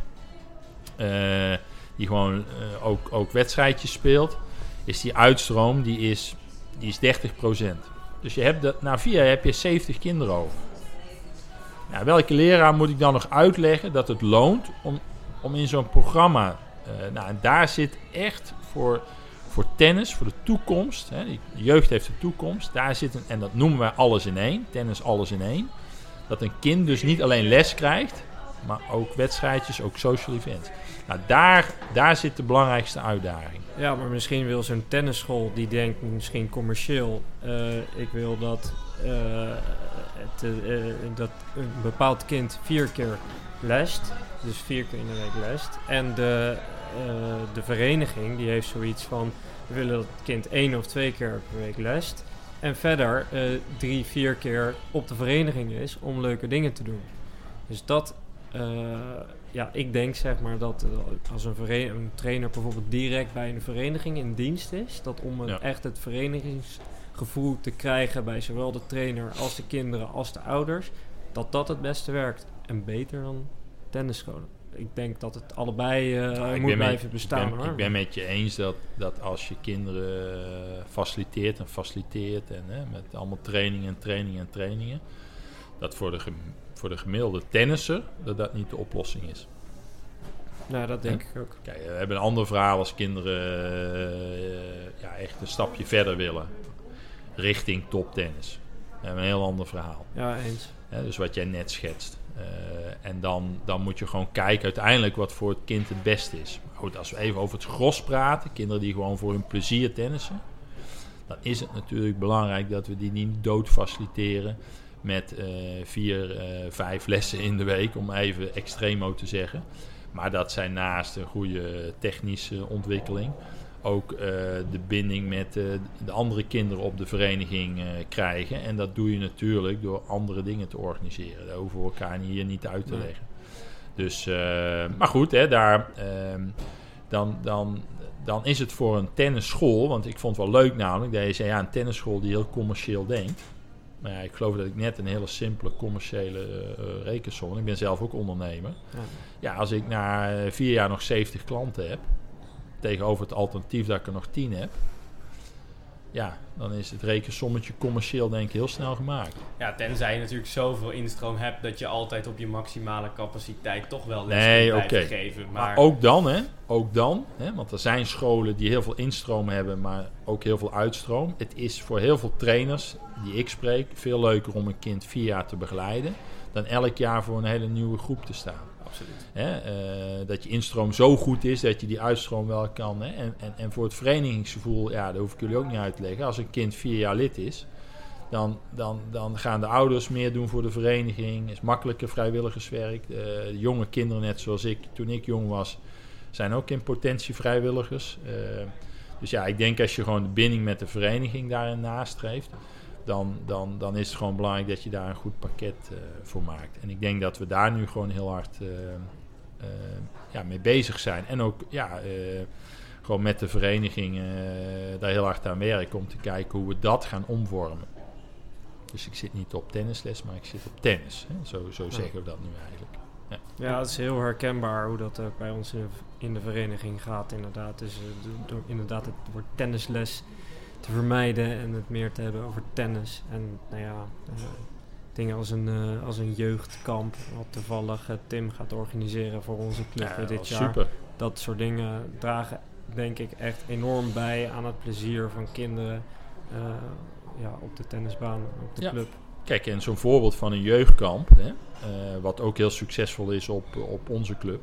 die gewoon ook wedstrijdjes speelt. Is die uitstroom, die is 30%. Dus je hebt na 4 jaar heb je 70 kinderen over. Ja, welke leraar moet ik dan nog uitleggen dat het loont om in zo'n programma... en daar zit echt voor tennis, voor de toekomst. Hè, de jeugd heeft de toekomst. Daar zit en dat noemen wij alles in één. Tennis alles in één. Dat een kind dus niet alleen les krijgt, maar ook wedstrijdjes, ook social events. Nou, daar zit de belangrijkste uitdaging. Ja, maar misschien wil zo'n tennisschool die denkt misschien commercieel. Ik wil dat een bepaald kind 4 keer lest. Dus 4 keer in de week lest. En de vereniging die heeft zoiets van... we willen dat het kind 1 of 2 keer per week lest. En verder 3, 4 keer op de vereniging is om leuke dingen te doen. Dus dat... ik denk zeg maar dat als een trainer bijvoorbeeld direct bij een vereniging in dienst is... dat om echt het verenigingsgevoel te krijgen bij zowel de trainer als de kinderen als de ouders... dat het beste werkt. En beter dan tennisscholen. Ik denk dat het allebei moet blijven bestaan. Ik ben met je eens dat als je kinderen faciliteert en met allemaal trainingen... dat voor de gemiddelde tennisser dat niet de oplossing is. Nou, dat denk ik ook. Kijk, we hebben een ander verhaal als kinderen echt een stapje verder willen. richting toptennis. Een heel ander verhaal. Ja, eens. Dus wat jij net schetst. En dan moet je gewoon kijken uiteindelijk wat voor het kind het beste is. Maar goed, als we even over het gros praten, kinderen die gewoon voor hun plezier tennissen, dan is het natuurlijk belangrijk dat we die niet dood faciliteren met 4, 5 lessen in de week, om even extremo te zeggen. Maar dat zij naast een goede technische ontwikkeling ook de binding met de andere kinderen op de vereniging krijgen. En dat doe je natuurlijk door andere dingen te organiseren. Dat hoeven we elkaar hier niet uit te leggen. Dus, maar goed, dan is het voor een tennisschool, want ik vond het wel leuk namelijk dat je zei, een tennisschool die heel commercieel denkt. Maar ja, ik geloof dat ik net een hele simpele commerciële rekensom. Ik ben zelf ook ondernemer. Ja, als ik na 4 jaar nog 70 klanten heb, tegenover het alternatief dat ik er nog 10 heb, ja, dan is het rekensommetje commercieel denk ik heel snel gemaakt. Ja, tenzij je natuurlijk zoveel instroom hebt dat je altijd op je maximale capaciteit toch wel les kunt blijven geven. Maar ook dan, want er zijn scholen die heel veel instroom hebben, maar ook heel veel uitstroom. Het is voor heel veel trainers die ik spreek veel leuker om een kind 4 jaar te begeleiden dan elk jaar voor een hele nieuwe groep te staan. Absoluut. Dat je instroom zo goed is dat je die uitstroom wel kan. En voor het verenigingsgevoel, ja, dat hoef ik jullie ook niet uit te leggen. Als een kind 4 jaar lid is, dan gaan de ouders meer doen voor de vereniging. Is makkelijker vrijwilligerswerk. De jonge kinderen, net zoals ik, toen ik jong was, zijn ook in potentie vrijwilligers. Dus ja, ik denk als je gewoon de binding met de vereniging daarin nastreeft, dan is het gewoon belangrijk dat je daar een goed pakket voor maakt. En ik denk dat we daar nu gewoon heel hard mee bezig zijn. En ook gewoon met de vereniging daar heel hard aan werken om te kijken hoe we dat gaan omvormen. Dus ik zit niet op tennisles, maar ik zit op tennis. Hè? Zo zeggen we dat nu eigenlijk. Ja, het is heel herkenbaar hoe dat bij ons in de vereniging gaat inderdaad. Dus door inderdaad het woord tennisles te vermijden en het meer te hebben over tennis. En dingen als een jeugdkamp, wat toevallig Tim gaat organiseren voor onze club dit jaar. Super. Dat soort dingen dragen denk ik echt enorm bij aan het plezier van kinderen op de tennisbaan, op de club. Kijk, en zo'n voorbeeld van een jeugdkamp, wat ook heel succesvol is op onze club,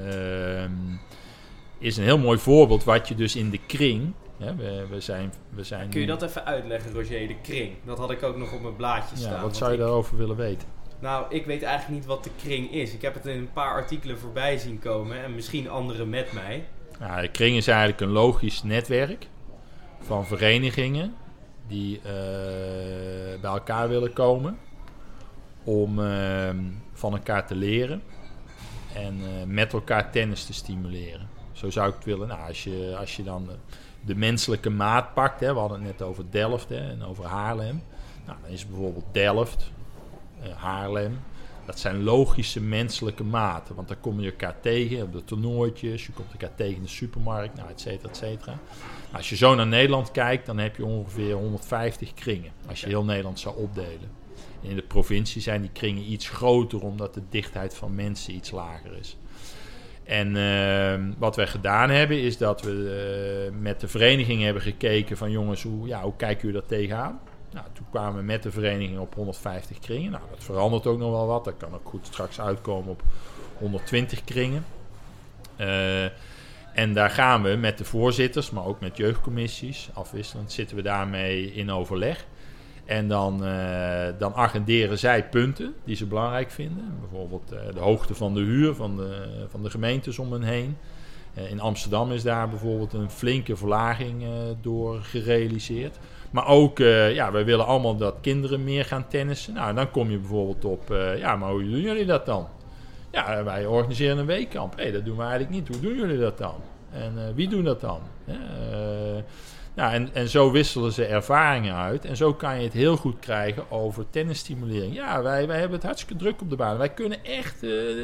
is een heel mooi voorbeeld wat je dus in de kring. We zijn Kun je dat even uitleggen, Roger, de kring? Dat had ik ook nog op mijn blaadje staan. Wat zou je daarover willen weten? Nou, ik weet eigenlijk niet wat de kring is. Ik heb het in een paar artikelen voorbij zien komen en misschien anderen met mij. Nou, de kring is eigenlijk een logisch netwerk van verenigingen die bij elkaar willen komen om van elkaar te leren en met elkaar tennis te stimuleren. Zo zou ik het willen. Nou, als je dan de menselijke maat pakt, we hadden het net over Delft en over Haarlem. Nou, dan is het bijvoorbeeld Delft, Haarlem. Dat zijn logische menselijke maten, want daar kom je elkaar tegen op de toernooitjes, je komt elkaar tegen in de supermarkt, et cetera, et cetera. Nou, als je zo naar Nederland kijkt, dan heb je ongeveer 150 kringen, als je heel Nederland zou opdelen. In de provincie zijn die kringen iets groter, omdat de dichtheid van mensen iets lager is. En wat wij gedaan hebben, is dat we met de vereniging hebben gekeken van jongens, hoe kijken jullie dat tegenaan? Nou, toen kwamen we met de vereniging op 150 kringen. Nou, dat verandert ook nog wel wat. Dat kan ook goed straks uitkomen op 120 kringen. En daar gaan we met de voorzitters, maar ook met jeugdcommissies, afwisselend zitten we daarmee in overleg. En dan agenderen zij punten die ze belangrijk vinden. Bijvoorbeeld de hoogte van de huur van de gemeentes om hen heen. In Amsterdam is daar bijvoorbeeld een flinke verlaging door gerealiseerd. Maar ook, wij willen allemaal dat kinderen meer gaan tennissen. Nou, dan kom je bijvoorbeeld op, maar hoe doen jullie dat dan? Ja, wij organiseren een weekkamp. Dat doen we eigenlijk niet. Hoe doen jullie dat dan? En wie doen dat dan? En zo wisselen ze ervaringen uit. En zo kan je het heel goed krijgen over tennisstimulering. Ja, wij hebben het hartstikke druk op de baan. Wij kunnen echt...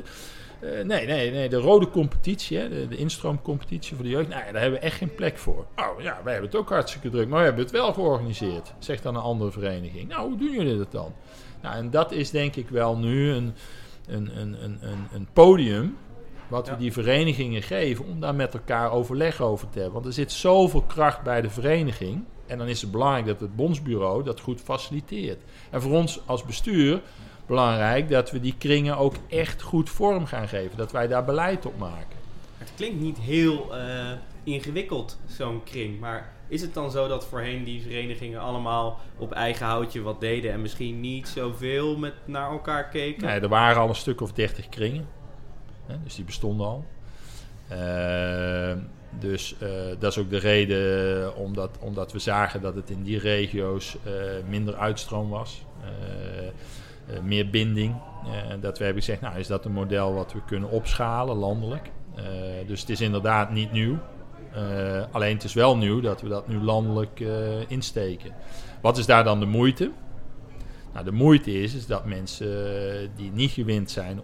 de rode competitie, de instroomcompetitie voor de jeugd, daar hebben we echt geen plek voor. Oh ja, wij hebben het ook hartstikke druk, maar we hebben het wel georganiseerd, zegt dan een andere vereniging. Nou, hoe doen jullie dat dan? Nou, en dat is denk ik wel nu een podium wat we die verenigingen geven, om daar met elkaar overleg over te hebben. Want er zit zoveel kracht bij de vereniging. En dan is het belangrijk dat het bondsbureau dat goed faciliteert. En voor ons als bestuur belangrijk dat we die kringen ook echt goed vorm gaan geven. Dat wij daar beleid op maken. Het klinkt niet heel ingewikkeld, zo'n kring. Maar is het dan zo dat voorheen die verenigingen allemaal op eigen houtje wat deden en misschien niet zoveel naar elkaar keken? Nee, er waren al een stuk of 30 kringen. Dus die bestonden al. Dus dat is ook de reden omdat we zagen dat het in die regio's minder uitstroom was. Meer binding. Dat we hebben gezegd, nou is dat een model wat we kunnen opschalen landelijk. Dus het is inderdaad niet nieuw. Alleen het is wel nieuw dat we dat nu landelijk insteken. Wat is daar dan de moeite? Nou, de moeite is dat mensen die niet gewend zijn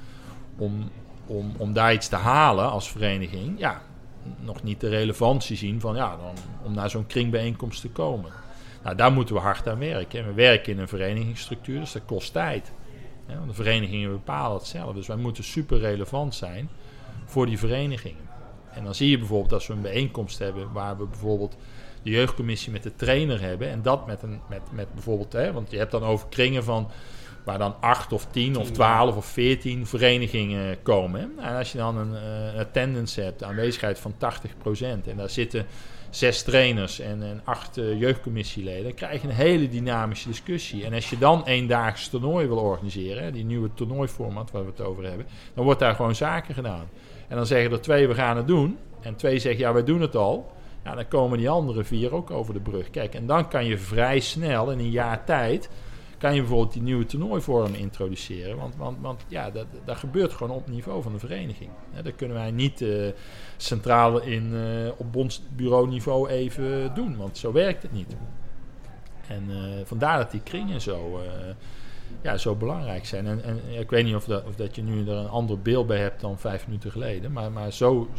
om daar iets te halen als vereniging, ja, nog niet de relevantie zien van om naar zo'n kringbijeenkomst te komen. Nou, daar moeten we hard aan werken. We werken in een verenigingsstructuur, dus dat kost tijd. Want de verenigingen bepalen het zelf. Dus wij moeten super relevant zijn voor die verenigingen. En dan zie je bijvoorbeeld als we een bijeenkomst hebben waar we bijvoorbeeld de jeugdcommissie met de trainer hebben. En dat met bijvoorbeeld, want je hebt dan over kringen van waar dan 8 of 10 of 12 of 14 verenigingen komen. En als je dan een attendance hebt, aanwezigheid van 80%, en daar zitten 6 trainers en 8 jeugdcommissieleden, dan krijg je een hele dynamische discussie. En als je dan eendaags toernooi wil organiseren, die nieuwe toernooiformat waar we het over hebben, dan wordt daar gewoon zaken gedaan. En dan zeggen er 2, we gaan het doen. En 2 zeggen, ja, wij doen het al. Ja, dan komen die andere 4 ook over de brug. Kijk, en dan kan je vrij snel, in een jaar tijd, kan je bijvoorbeeld die nieuwe toernooivorm introduceren. Want dat gebeurt gewoon op het niveau van de vereniging. Dat kunnen wij niet centraal op bondsbureau niveau even doen. Want zo werkt het niet. En vandaar dat die kringen zo belangrijk zijn. En ik weet niet of dat je nu er een ander beeld bij hebt dan 5 minuten geleden. Maar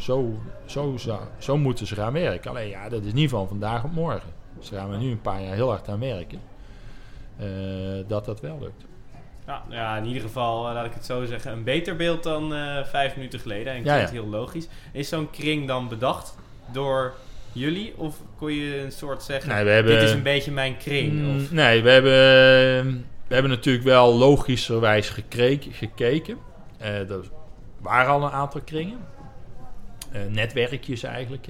zo moeten ze gaan werken. Alleen dat is niet van vandaag op morgen. Dus daar gaan we nu een paar jaar heel hard aan werken. Dat wel lukt. Ja, in ieder geval, laat ik het zo zeggen, een beter beeld dan 5 minuten geleden. En ik vind het heel logisch. Is zo'n kring dan bedacht door jullie? Of kon je een soort zeggen, dit is een beetje mijn kring? Of? Nee, we hebben natuurlijk wel logischerwijs gekeken. Er waren al een aantal kringen. Netwerkjes eigenlijk.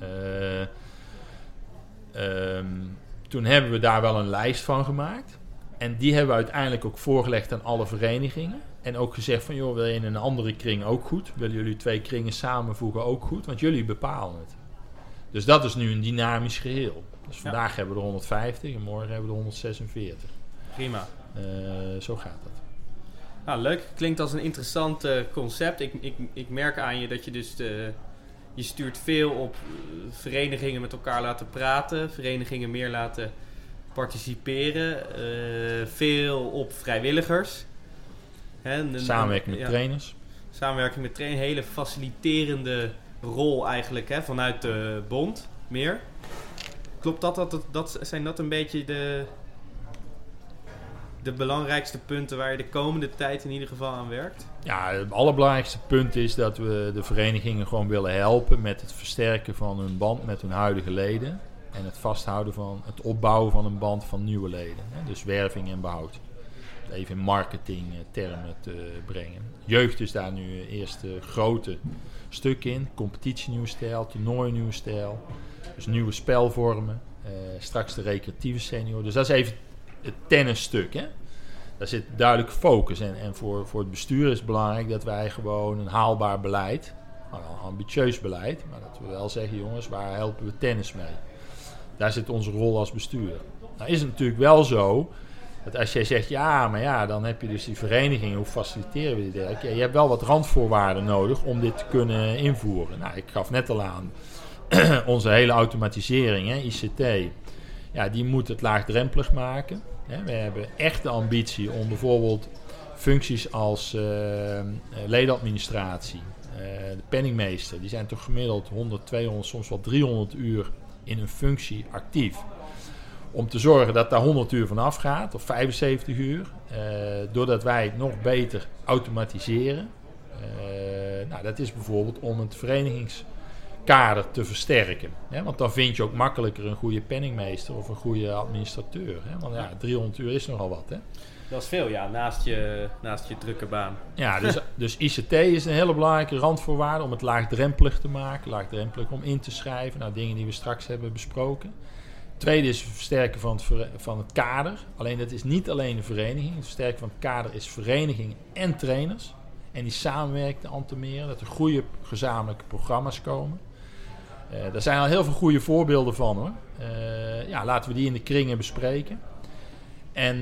Toen hebben we daar wel een lijst van gemaakt. En die hebben we uiteindelijk ook voorgelegd aan alle verenigingen. En ook gezegd van, joh, wil je in een andere kring ook goed? Willen jullie 2 kringen samenvoegen ook goed? Want jullie bepalen het. Dus dat is nu een dynamisch geheel. Dus vandaag hebben we er 150 en morgen hebben we er 146. Prima. Zo gaat dat. Nou, leuk. Klinkt als een interessant concept. Ik merk aan je dat je dus je stuurt veel op verenigingen met elkaar laten praten. Verenigingen meer laten participeren. Veel op vrijwilligers. Samenwerking met trainers. Samenwerking met trainers. Hele faciliterende rol eigenlijk vanuit de bond. Meer. Klopt dat? Zijn dat een beetje de belangrijkste punten waar je de komende tijd in ieder geval aan werkt? Ja, het allerbelangrijkste punt is dat we de verenigingen gewoon willen helpen met het versterken van hun band met hun huidige leden. En het vasthouden van het opbouwen van een band van nieuwe leden. Dus werving en behoud. Even in marketingtermen te brengen. Jeugd is daar nu het eerste grote stuk in. Competitie nieuwe stijl, toernooi nieuwe stijl. Dus nieuwe spelvormen. Straks de recreatieve senior. Dus dat is even het tennisstuk. Daar zit duidelijk focus. En voor het bestuur is het belangrijk dat wij gewoon een haalbaar beleid, een ambitieus beleid, maar dat we wel zeggen, jongens, waar helpen we tennis mee? Daar zit onze rol als bestuur. Nou is het natuurlijk wel zo dat als jij zegt, dan heb je dus die vereniging, hoe faciliteren we dit eigenlijk? Ja, je hebt wel wat randvoorwaarden nodig om dit te kunnen invoeren. Nou, ik gaf net al aan, onze hele automatisering, ICT, die moet het laagdrempelig maken. We hebben echt de ambitie om bijvoorbeeld functies als ledenadministratie, de penningmeester, die zijn toch gemiddeld 100, 200, soms wel 300 uur in een functie actief. Om te zorgen dat daar 100 uur van afgaat, of 75 uur, doordat wij het nog beter automatiseren. Nou, dat is bijvoorbeeld om het verenigingskader te versterken. Hè? Want dan vind je ook makkelijker een goede penningmeester of een goede administrateur. Hè? Want 300 uur is nogal wat. Hè? Dat is veel, naast je drukke baan. Ja, dus ICT is een hele belangrijke randvoorwaarde om het laagdrempelig te maken. Laagdrempelig om in te schrijven. Nou, dingen die we straks hebben besproken. Tweede is het versterken van het kader. Alleen dat is niet alleen de vereniging. Het versterken van het kader is vereniging en trainers. En die samenwerken te entameren. Dat er goede gezamenlijke programma's komen. Daar zijn al heel veel goede voorbeelden van, hoor. Laten we die in de kringen bespreken. En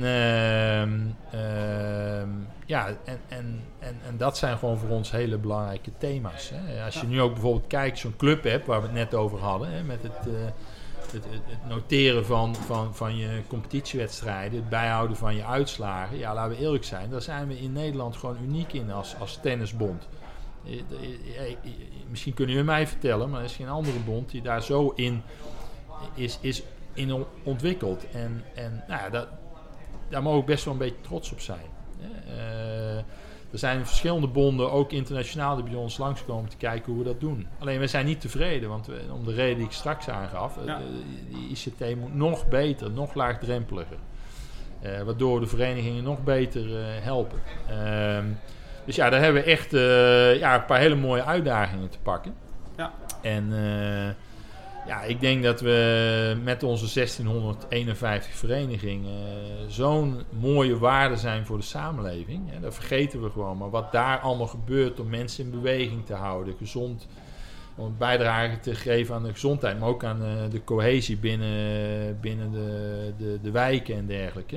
dat zijn gewoon voor ons hele belangrijke thema's. Hè. Als je nu ook bijvoorbeeld kijkt, zo'n club hebt waar we het net over hadden, hè, met het noteren van je competitiewedstrijden, het bijhouden van je uitslagen. Ja, laten we eerlijk zijn, daar zijn we in Nederland gewoon uniek in als tennisbond. Misschien kunnen jullie mij vertellen, maar er is geen andere bond die daar zo in is ontwikkeld. En daar mogen we best wel een beetje trots op zijn. Er zijn verschillende bonden, ook internationaal, die bij ons langskomen te kijken hoe we dat doen. Alleen we zijn niet tevreden, want om de reden die ik straks aangaf, die ICT moet nog beter, nog laagdrempeliger. Waardoor de verenigingen nog beter helpen. Dus daar hebben we echt een paar hele mooie uitdagingen te pakken. Ja. En ik denk dat we met onze 1651 verenigingen zo'n mooie waarde zijn voor de samenleving. Hè, dat vergeten we gewoon. Maar wat daar allemaal gebeurt om mensen in beweging te houden, gezond, om een bijdrage te geven aan de gezondheid, maar ook aan de cohesie binnen de wijken en dergelijke.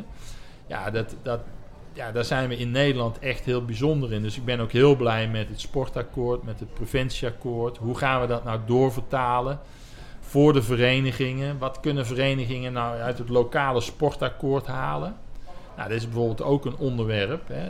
Daar zijn we in Nederland echt heel bijzonder in. Dus ik ben ook heel blij met het sportakkoord, met het preventieakkoord. Hoe gaan we dat nou doorvertalen voor de verenigingen? Wat kunnen verenigingen nou uit het lokale sportakkoord halen? Nou, dit is bijvoorbeeld ook een onderwerp. Hè.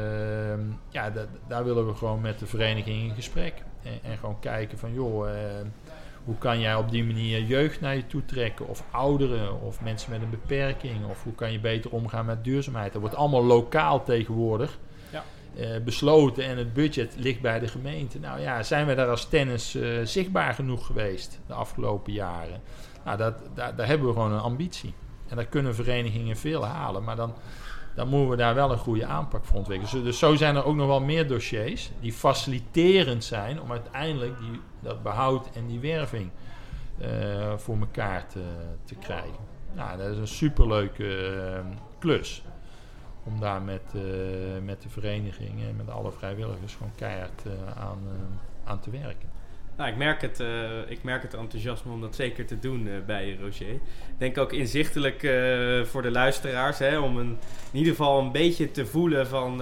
Daar willen we gewoon met de vereniging in gesprek. En gewoon kijken van, hoe kan jij op die manier jeugd naar je toe trekken? Of ouderen, of mensen met een beperking? Of hoe kan je beter omgaan met duurzaamheid? Dat wordt allemaal lokaal tegenwoordig besloten en het budget ligt bij de gemeente. Nou ja, zijn we daar als tennis zichtbaar genoeg geweest de afgelopen jaren? Nou, daar hebben we gewoon een ambitie. En daar kunnen verenigingen veel halen, maar dan moeten we daar wel een goede aanpak voor ontwikkelen. Dus zo zijn er ook nog wel meer dossiers die faciliterend zijn om uiteindelijk dat behoud en die werving voor elkaar te krijgen. Nou, dat is een superleuke klus. Om daar met de vereniging en met alle vrijwilligers gewoon keihard aan te werken. Nou, ik merk het enthousiasme om dat zeker te doen bij je, Roger. Ik denk ook inzichtelijk voor de luisteraars, hè, om in ieder geval een beetje te voelen van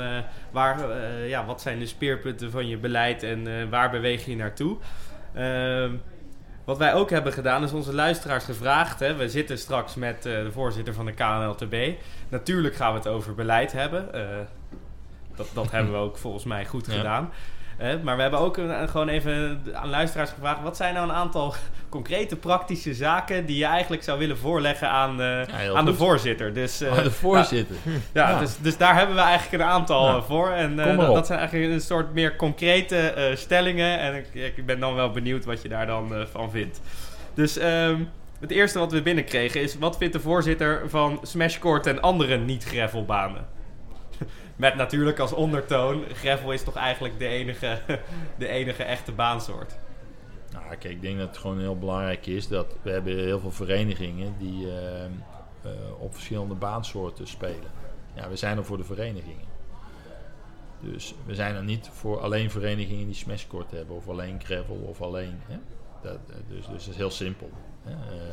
wat zijn de speerpunten van je beleid en waar beweeg je naartoe. Wat wij ook hebben gedaan is onze luisteraars gevraagd. Hè, we zitten straks met de voorzitter van de KNLTB. Natuurlijk gaan we het over beleid hebben. Dat hebben we ook volgens mij goed gedaan. Maar we hebben ook gewoon even aan luisteraars gevraagd, wat zijn nou een aantal concrete praktische zaken die je eigenlijk zou willen voorleggen aan de voorzitter. Dus, de voorzitter. Dus daar hebben we eigenlijk een aantal voor. En dat zijn eigenlijk een soort meer concrete stellingen. En ik ben dan wel benieuwd wat je daar dan van vindt. Dus het eerste wat we binnenkregen is, wat vindt de voorzitter van smashcourt en andere niet-gravelbanen? Met natuurlijk als ondertoon, gravel is toch eigenlijk de enige echte baansoort. Nou, kijk, ik denk dat het gewoon heel belangrijk is dat we hebben heel veel verenigingen die op verschillende baansoorten spelen. Ja, we zijn er voor de verenigingen. Dus we zijn er niet voor alleen verenigingen die smashcourt hebben of alleen gravel of alleen. Hè? Dus het is heel simpel. Hè?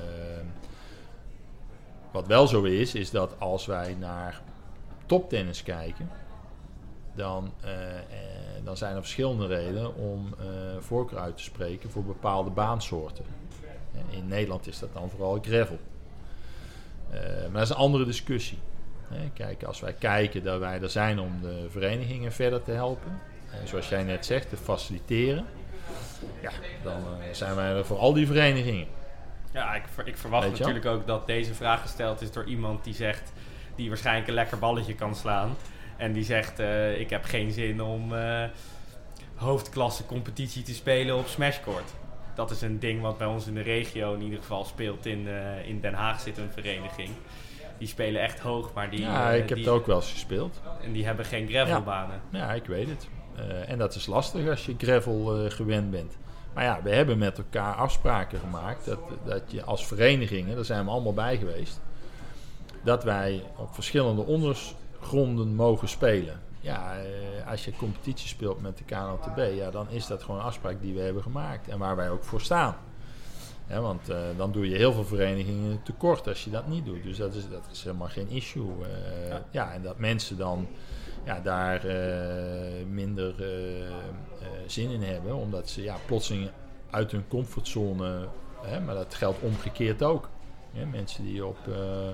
Wat wel zo is dat als wij naar toptennis kijken, dan zijn er verschillende redenen om voorkeur uit te spreken voor bepaalde baansoorten. In Nederland is dat dan vooral gravel. Maar dat is een andere discussie. Kijk, als wij kijken dat wij er zijn om de verenigingen verder te helpen, zoals jij net zegt, te faciliteren, dan zijn wij er voor al die verenigingen. Ja, ik verwacht natuurlijk ook dat deze vraag gesteld is door iemand die waarschijnlijk een lekker balletje kan slaan. En die zegt, ik heb geen zin hoofdklasse competitie te spelen op Smashcourt. Dat is een ding wat bij ons in de regio in ieder geval speelt. In Den Haag zit een vereniging. Die spelen echt hoog, maar ik heb het ook wel eens gespeeld. En die hebben geen gravelbanen. Ja, ik weet het. En dat is lastig als je gravel gewend bent. Maar ja, we hebben met elkaar afspraken gemaakt dat je als verenigingen, daar zijn we allemaal bij geweest, dat wij op verschillende ondergronden mogen spelen. Ja, als je competitie speelt met de KNLTB, ja, dan is dat gewoon een afspraak die we hebben gemaakt en waar wij ook voor staan. Ja, want dan doe je heel veel verenigingen tekort als je dat niet doet. Dus dat is helemaal geen issue. En dat mensen dan daar minder zin in hebben, omdat ze plotseling uit hun comfortzone, maar dat geldt omgekeerd ook. Mensen die op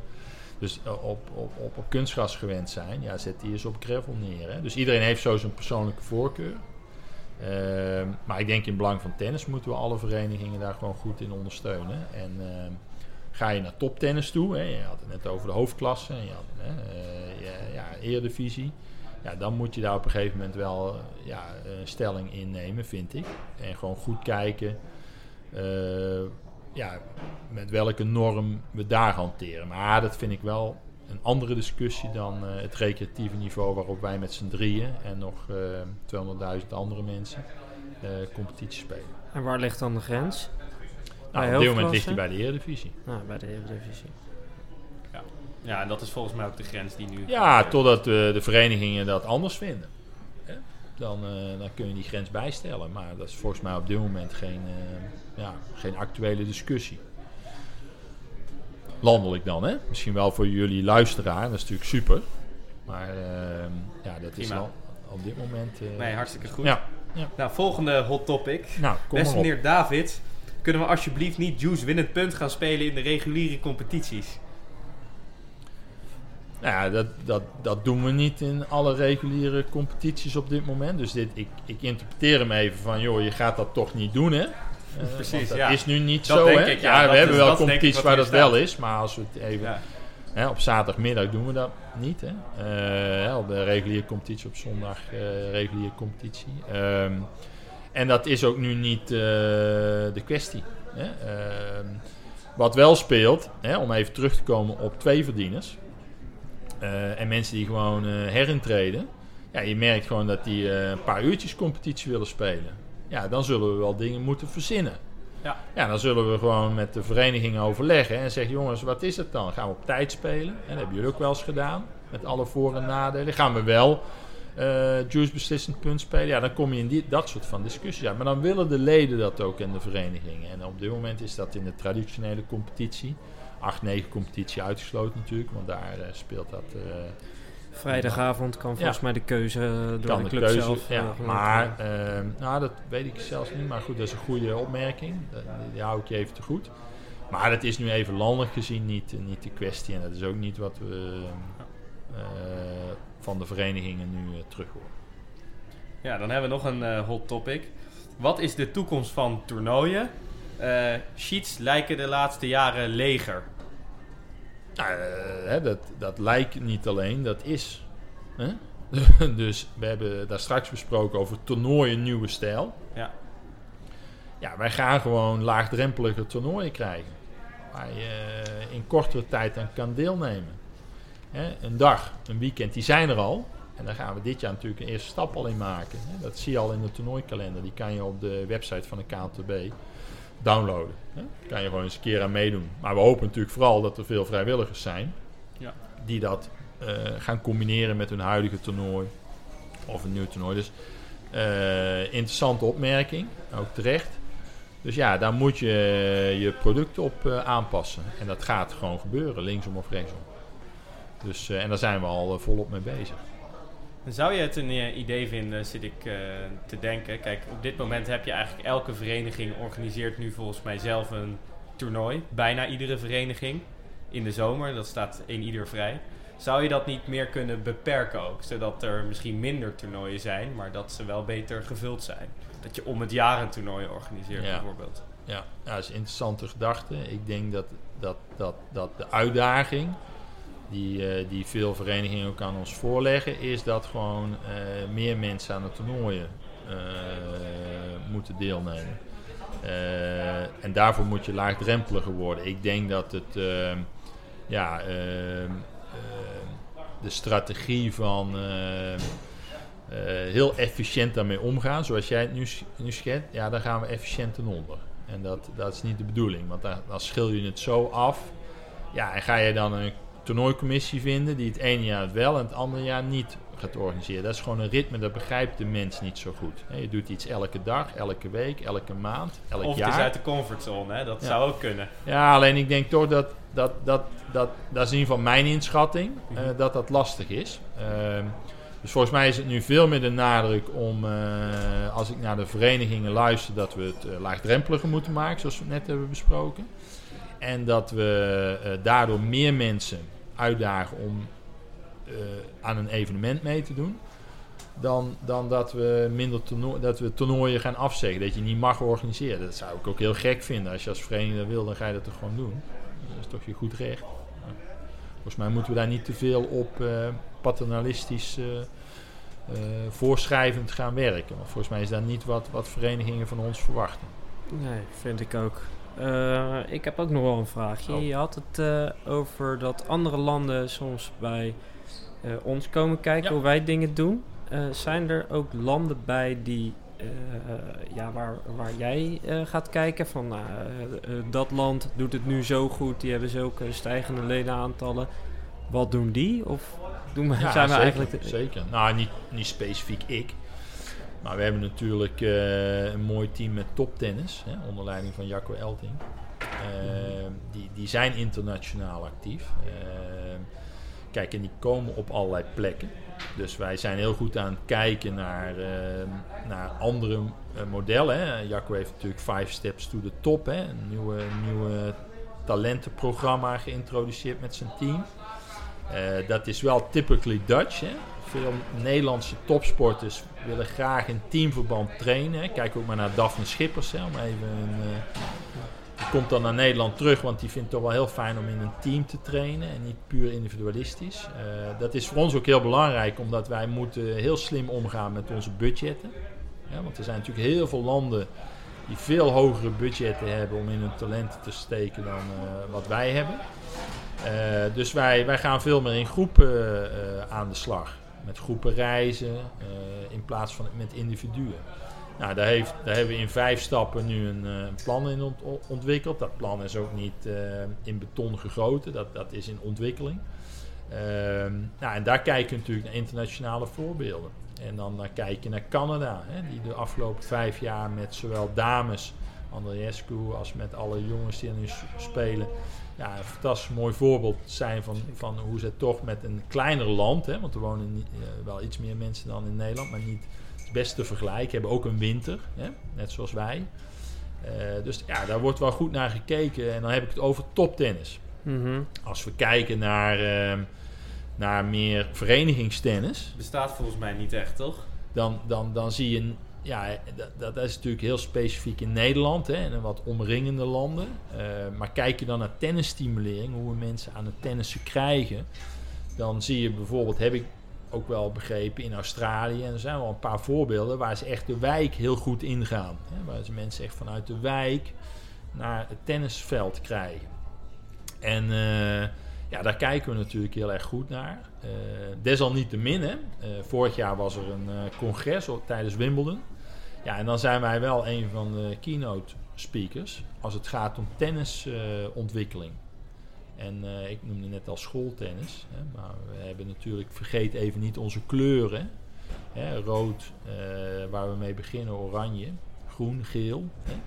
kunstgras gewend zijn, zet die eens op gravel neer. Hè. Dus iedereen heeft zo zijn persoonlijke voorkeur. Maar ik denk in het belang van tennis moeten we alle verenigingen daar gewoon goed in ondersteunen. En ga je naar toptennis toe, je had het net over de hoofdklasse, en je had Eredivisie. Ja, dan moet je daar op een gegeven moment wel een stelling innemen, vind ik. En gewoon goed kijken met welke norm we daar hanteren. Maar dat vind ik wel een andere discussie dan het recreatieve niveau waarop wij met z'n drieën en nog 200.000 andere mensen competitie spelen. En waar ligt dan de grens? Nou, op dit moment ligt hij bij de Eredivisie. Bij de Eredivisie. Ja, en dat is volgens mij ook de grens die nu... Ja, totdat de verenigingen dat anders vinden. Dan kun je die grens bijstellen. Maar dat is volgens mij op dit moment geen actuele discussie. Landelijk dan, hè? Misschien wel voor jullie luisteraar, dat is natuurlijk super. Maar dat is wel op dit moment... Nee, hartstikke goed. Ja. Nou, volgende hot topic. Nou, beste meneer David, kunnen we alsjeblieft niet Juice winnend punt gaan spelen in de reguliere competities? Nou ja, dat doen we niet in alle reguliere competities op dit moment. Dus ik interpreteer hem even van, joh, je gaat dat toch niet doen, hè? Precies, dat is nu niet dat zo, denk hè? Ik, we hebben wel competities waar dat staat. wel is, maar als we het even... Ja. Op zaterdagmiddag doen we dat niet, hè? Op de reguliere competitie, op zondag reguliere competitie. En dat is ook nu niet de kwestie. Hè? Wat wel speelt, om even terug te komen op twee verdieners... en mensen die gewoon herintreden. Ja, je merkt gewoon dat die een paar uurtjes competitie willen spelen. Ja, dan zullen we wel dingen moeten verzinnen. Ja, dan zullen we gewoon met de vereniging overleggen. En zeggen, jongens, wat is het dan? Gaan we op tijd spelen? En dat hebben jullie ook wel eens gedaan. Met alle voor- en nadelen. Gaan we wel Juice beslissend punt spelen? Ja, dan kom je in dat soort van discussies uit. Maar dan willen de leden dat ook in de verenigingen. En op dit moment is dat in de traditionele competitie. 8-9 competitie uitgesloten natuurlijk, want daar speelt dat... Vrijdagavond kan volgens mij de keuze door de club zelf. Ja, maar dat weet ik zelfs niet. Maar goed, dat is een goede opmerking. Die hou ik je even te goed. Maar dat is nu even landelijk gezien niet de kwestie. En dat is ook niet wat we van de verenigingen nu terug horen. Ja, dan hebben we nog een hot topic. Wat is de toekomst van toernooien? Sheets lijken de laatste jaren leger. Dat lijkt niet alleen, dat is. Hè? Dus we hebben daar straks besproken over toernooien nieuwe stijl. Ja, wij gaan gewoon laagdrempelige toernooien krijgen. Waar je in kortere tijd aan kan deelnemen. Een dag, een weekend, die zijn er al. En daar gaan we dit jaar natuurlijk een eerste stap al in maken. Dat zie je al in de toernooikalender. Die kan je op de website van de KNLTB downloaden. Daar kan je gewoon eens een keer aan meedoen. Maar we hopen natuurlijk vooral dat er veel vrijwilligers zijn die dat gaan combineren met hun huidige toernooi of een nieuw toernooi. Dus interessante opmerking, ook terecht. Dus ja, daar moet je je product op aanpassen. En dat gaat gewoon gebeuren, linksom of rechtsom. Dus, en daar zijn we al volop mee bezig. Zou je het een idee vinden, zit ik te denken. Kijk, op dit moment heb je eigenlijk elke vereniging organiseert nu volgens mij zelf een toernooi. Bijna iedere vereniging in de zomer, dat staat in ieder vrij. Zou je dat niet meer kunnen beperken ook? Zodat er misschien minder toernooien zijn, maar dat ze wel beter gevuld zijn. Dat je om het jaar een toernooi organiseert bijvoorbeeld. Ja, dat is een interessante gedachte. Ik denk dat de uitdaging die veel verenigingen ook aan ons voorleggen, is dat gewoon meer mensen aan de toernooien moeten deelnemen. En daarvoor moet je laagdrempeliger worden. Ik denk dat het de strategie van heel efficiënt daarmee omgaan, zoals jij het nu schetst, ja, dan gaan we efficiënt ten onder. En dat is niet de bedoeling, want dan schil je het zo af. Ja, en ga je dan een toernooicommissie vinden die het ene jaar wel en het andere jaar niet gaat organiseren. Dat is gewoon een ritme, dat begrijpt de mens niet zo goed. Je doet iets elke dag, elke week, elke maand, elk jaar. Of het is uit de comfortzone, hè? Dat zou ook kunnen. Ja, alleen ik denk toch dat is in ieder geval mijn inschatting, dat lastig is. Dus volgens mij is het nu veel meer de nadruk om, als ik naar de verenigingen luister, dat we het laagdrempeliger moeten maken, zoals we net hebben besproken. En dat we daardoor meer mensen uitdagen om aan een evenement mee te doen. Dan dat we toernooien gaan afzeggen. Dat je niet mag organiseren. Dat zou ik ook heel gek vinden. Als je als vereniging dat wil, dan ga je dat toch gewoon doen. Dat is toch je goed recht. Volgens mij moeten we daar niet te veel op paternalistisch voorschrijvend gaan werken. Want volgens mij is dat niet wat verenigingen van ons verwachten. Nee, vind ik ook. Ik heb ook nog wel een vraagje. Oh. Je had het over dat andere landen soms bij ons komen kijken hoe wij dingen doen. Zijn er ook landen bij die waar jij gaat kijken van dat land doet het nu zo goed, die hebben zulke stijgende ledenaantallen. Wat doen die? Of zijn we zeker, eigenlijk... Zeker. Nou, niet specifiek ik. Maar we hebben natuurlijk een mooi team met toptennis, onder leiding van Jacco Elting. Die zijn internationaal actief. Kijk, en die komen op allerlei plekken. Dus wij zijn heel goed aan het kijken naar andere modellen. Hè. Jacco heeft natuurlijk 5 Steps to the Top. Hè. Een nieuwe talentenprogramma geïntroduceerd met zijn team. Dat is wel typically Dutch. Hè. Veel Nederlandse topsporters willen graag in teamverband trainen. Hè. Kijk ook maar naar Daphne Schippers. Hè, om even die komt dan naar Nederland terug, want die vindt het toch wel heel fijn om in een team te trainen en niet puur individualistisch. Dat is voor ons ook heel belangrijk, omdat wij moeten heel slim omgaan met onze budgetten. Ja, want er zijn natuurlijk heel veel landen die veel hogere budgetten hebben om in hun talenten te steken dan wat wij hebben. Dus wij gaan veel meer in groepen aan de slag. Met groepen reizen in plaats van met individuen. Nou, daar hebben we in 5 stappen nu een plan in ontwikkeld. Dat plan is ook niet in beton gegoten. Dat is in ontwikkeling. En daar kijken we natuurlijk naar internationale voorbeelden. En dan kijk je naar Canada. Die de afgelopen 5 jaar met zowel dames, Andreescu, als met alle jongens die er nu spelen. Ja, een fantastisch mooi voorbeeld zijn van hoe ze toch met een kleiner land. Want er wonen wel iets meer mensen dan in Nederland, maar niet het beste vergelijken. Hebben ook een winter, net zoals wij. Dus ja, daar wordt wel goed naar gekeken. En dan heb ik het over toptennis. Mm-hmm. Als we kijken naar meer verenigingstennis. Bestaat volgens mij niet echt, toch? Dan zie je... Ja, dat is natuurlijk heel specifiek in Nederland en in wat omringende landen. Maar kijk je dan naar tennisstimulering, hoe we mensen aan het tennissen krijgen, dan zie je bijvoorbeeld, heb ik ook wel begrepen, in Australië, en er zijn wel een paar voorbeelden waar ze echt de wijk heel goed ingaan. Waar ze mensen echt vanuit de wijk naar het tennisveld krijgen. En daar kijken we natuurlijk heel erg goed naar. Desalniettemin, vorig jaar was er een congres tijdens Wimbledon. Ja, en dan zijn wij wel een van de keynote speakers als het gaat om tennisontwikkeling. En ik noemde net al schooltennis. Maar we hebben natuurlijk, vergeet even niet onze kleuren. Rood, waar we mee beginnen, oranje, groen, geel.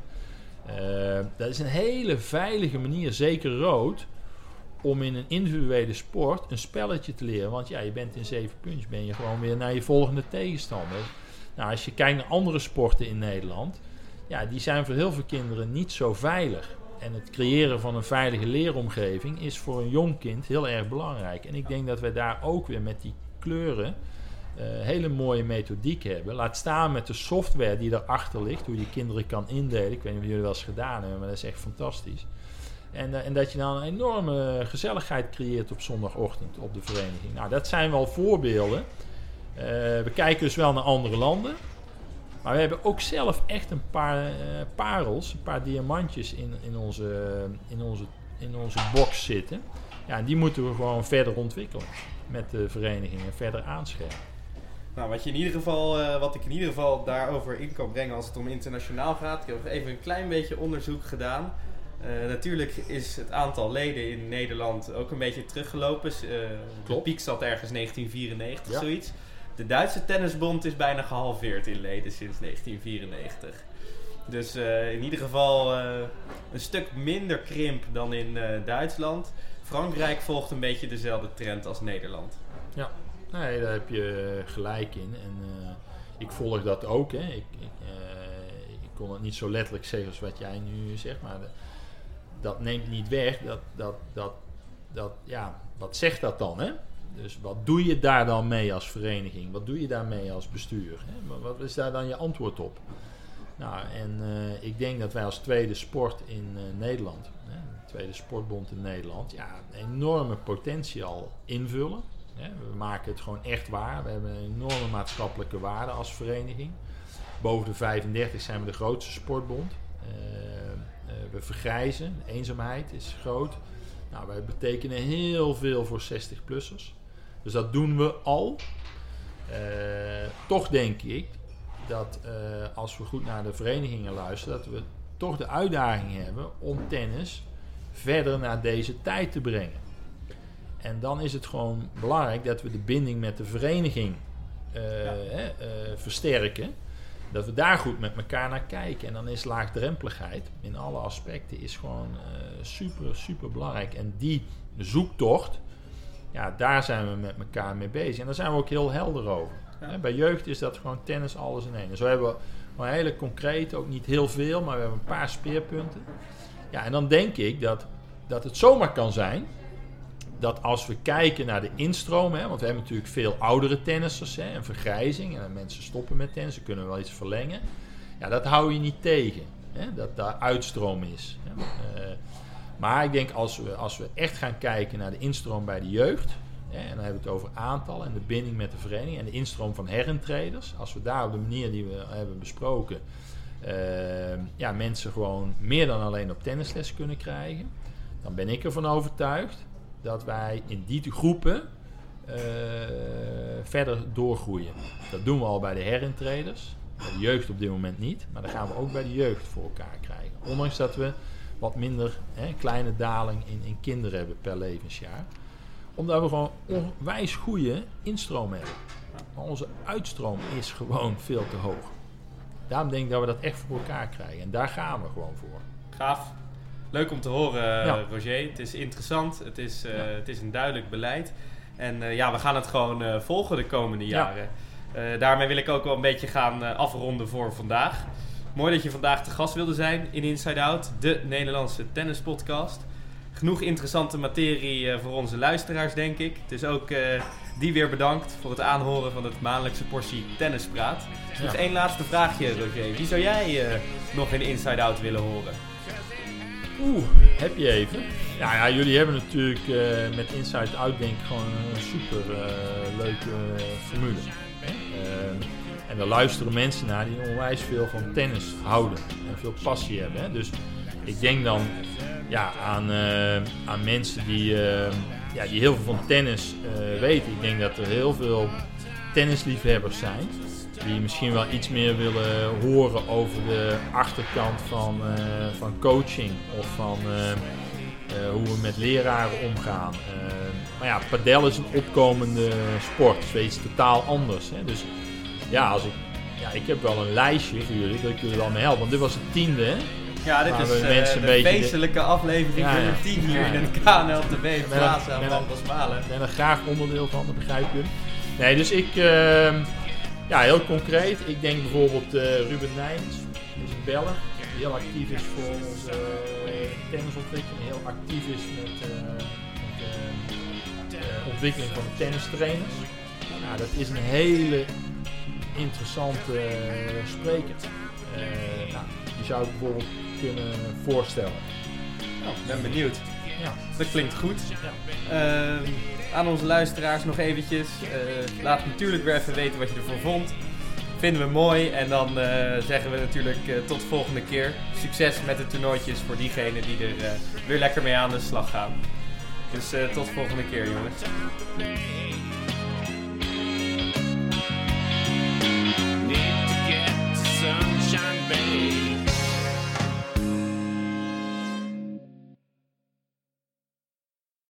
Dat is een hele veilige manier, zeker rood, om in een individuele sport een spelletje te leren. Want ja, je bent in 7 punch, ben je gewoon weer naar je volgende tegenstander. Nou, als je kijkt naar andere sporten in Nederland, ja, die zijn voor heel veel kinderen niet zo veilig. En het creëren van een veilige leeromgeving is voor een jong kind heel erg belangrijk. En ik denk dat wij daar ook weer met die kleuren hele mooie methodiek hebben. Laat staan met de software die daarachter ligt, hoe je kinderen kan indelen. Ik weet niet of jullie dat wel eens gedaan hebben, maar dat is echt fantastisch. En dat je dan een enorme gezelligheid creëert op zondagochtend op de vereniging. Nou, dat zijn wel voorbeelden. We kijken dus wel naar andere landen. Maar we hebben ook zelf echt een paar parels, een paar diamantjes in onze box zitten. Ja, en die moeten we gewoon verder ontwikkelen met de verenigingen, verder aanscherpen. Nou, wat ik in ieder geval daarover in kan brengen als het om internationaal gaat. Ik heb even een klein beetje onderzoek gedaan. Natuurlijk is het aantal leden in Nederland ook een beetje teruggelopen. De piek zat ergens 1994, zoiets. De Duitse Tennisbond is bijna gehalveerd in leden sinds 1994. Dus in ieder geval een stuk minder krimp dan in Duitsland. Frankrijk volgt een beetje dezelfde trend als Nederland. Ja, nee, daar heb je gelijk in. En ik volg dat ook. Hè. Ik kon het niet zo letterlijk zeggen als wat jij nu zegt, maar dat neemt niet weg. Wat zegt dat dan? Hè? Dus wat doe je daar dan mee als vereniging? Wat doe je daarmee als bestuur? Hè? Wat is daar dan je antwoord op? Nou, en ik denk dat wij als tweede sport in Nederland, de tweede sportbond in Nederland, een enorme potentie al invullen. Hè? We maken het gewoon echt waar. We hebben een enorme maatschappelijke waarde als vereniging. Boven de 35 zijn we de grootste sportbond. We vergrijzen, de eenzaamheid is groot. Nou, wij betekenen heel veel voor 60-plussers. Dus dat doen we al. Toch denk ik dat als we goed naar de verenigingen luisteren, dat we toch de uitdaging hebben om tennis verder naar deze tijd te brengen. En dan is het gewoon belangrijk dat we de binding met de vereniging versterken. Dat we daar goed met elkaar naar kijken. En dan is laagdrempeligheid in alle aspecten is gewoon super, super belangrijk. En die zoektocht, daar zijn we met elkaar mee bezig. En daar zijn we ook heel helder over. Ja. Bij jeugd is dat gewoon tennis alles in één. En zo hebben we gewoon hele concreet, ook niet heel veel, maar we hebben een paar speerpunten. Ja, en dan denk ik dat het zomaar kan zijn dat als we kijken naar de instroom, want we hebben natuurlijk veel oudere tennissers, een vergrijzing, en mensen stoppen met tennis, ze kunnen wel iets verlengen. Ja, dat hou je niet tegen, dat daar uitstroom is. Maar ik denk als we echt gaan kijken naar de instroom bij de jeugd, en dan hebben we het over aantal en de binding met de vereniging en de instroom van herintreders, als we daar op de manier die we hebben besproken, mensen gewoon meer dan alleen op tennisles kunnen krijgen, dan ben ik ervan overtuigd dat wij in die groepen verder doorgroeien. Dat doen we al bij de herintreders. Bij de jeugd op dit moment niet. Maar dat gaan we ook bij de jeugd voor elkaar krijgen. Ondanks dat we wat minder kleine daling in kinderen hebben per levensjaar. Omdat we gewoon onwijs goede instroom hebben. Maar onze uitstroom is gewoon veel te hoog. Daarom denk ik dat we dat echt voor elkaar krijgen. En daar gaan we gewoon voor. Gaaf. Leuk om te horen, Roger. Het is interessant. Het is een duidelijk beleid. En we gaan het gewoon volgen de komende jaren. Daarmee wil ik ook wel een beetje gaan afronden voor vandaag. Mooi dat je vandaag te gast wilde zijn in Inside Out, de Nederlandse tennispodcast. Genoeg interessante materie voor onze luisteraars, denk ik. Dus ook die weer bedankt voor het aanhoren van het maandelijkse portie Tennispraat. Dus nog één laatste vraagje, Roger. Wie zou jij nog in Inside Out willen horen? Heb je even? Ja, jullie hebben natuurlijk met Inside Out denk ik gewoon een super leuke formule. En daar luisteren mensen naar die onwijs veel van tennis houden en veel passie hebben. Hè? Dus ik denk dan aan mensen die heel veel van tennis weten. Ik denk dat er heel veel tennisliefhebbers zijn die misschien wel iets meer willen horen over de achterkant van coaching of van hoe we met leraren omgaan. Maar padel is een opkomende sport, dus iets totaal anders. Hè? Dus ik heb wel een lijstje voor jullie, dat ik jullie wel mee help. Want dit was het 10e, hè? Ja, dit is de feestelijke aflevering nummer 10 hier in het KNLTB Plaza van Rosmalen. Ik ben er graag onderdeel van, dat begrijp je. Nee, dus ik... heel concreet. Ik denk bijvoorbeeld Ruben Nijns, is een Belg, die heel actief is voor onze tennisontwikkeling, heel actief is met de ontwikkeling van de tennistrainers. Nou, dat is een hele interessante spreker. Die zou ik bijvoorbeeld kunnen voorstellen. Nou, ik ben benieuwd. Ja. Dat klinkt goed. Ja. Aan onze luisteraars nog eventjes. Laat natuurlijk weer even weten wat je ervoor vond. Vinden we mooi. En dan zeggen we natuurlijk tot de volgende keer. Succes met de toernooitjes voor diegenen die er weer lekker mee aan de slag gaan. Dus tot de volgende keer, jongens.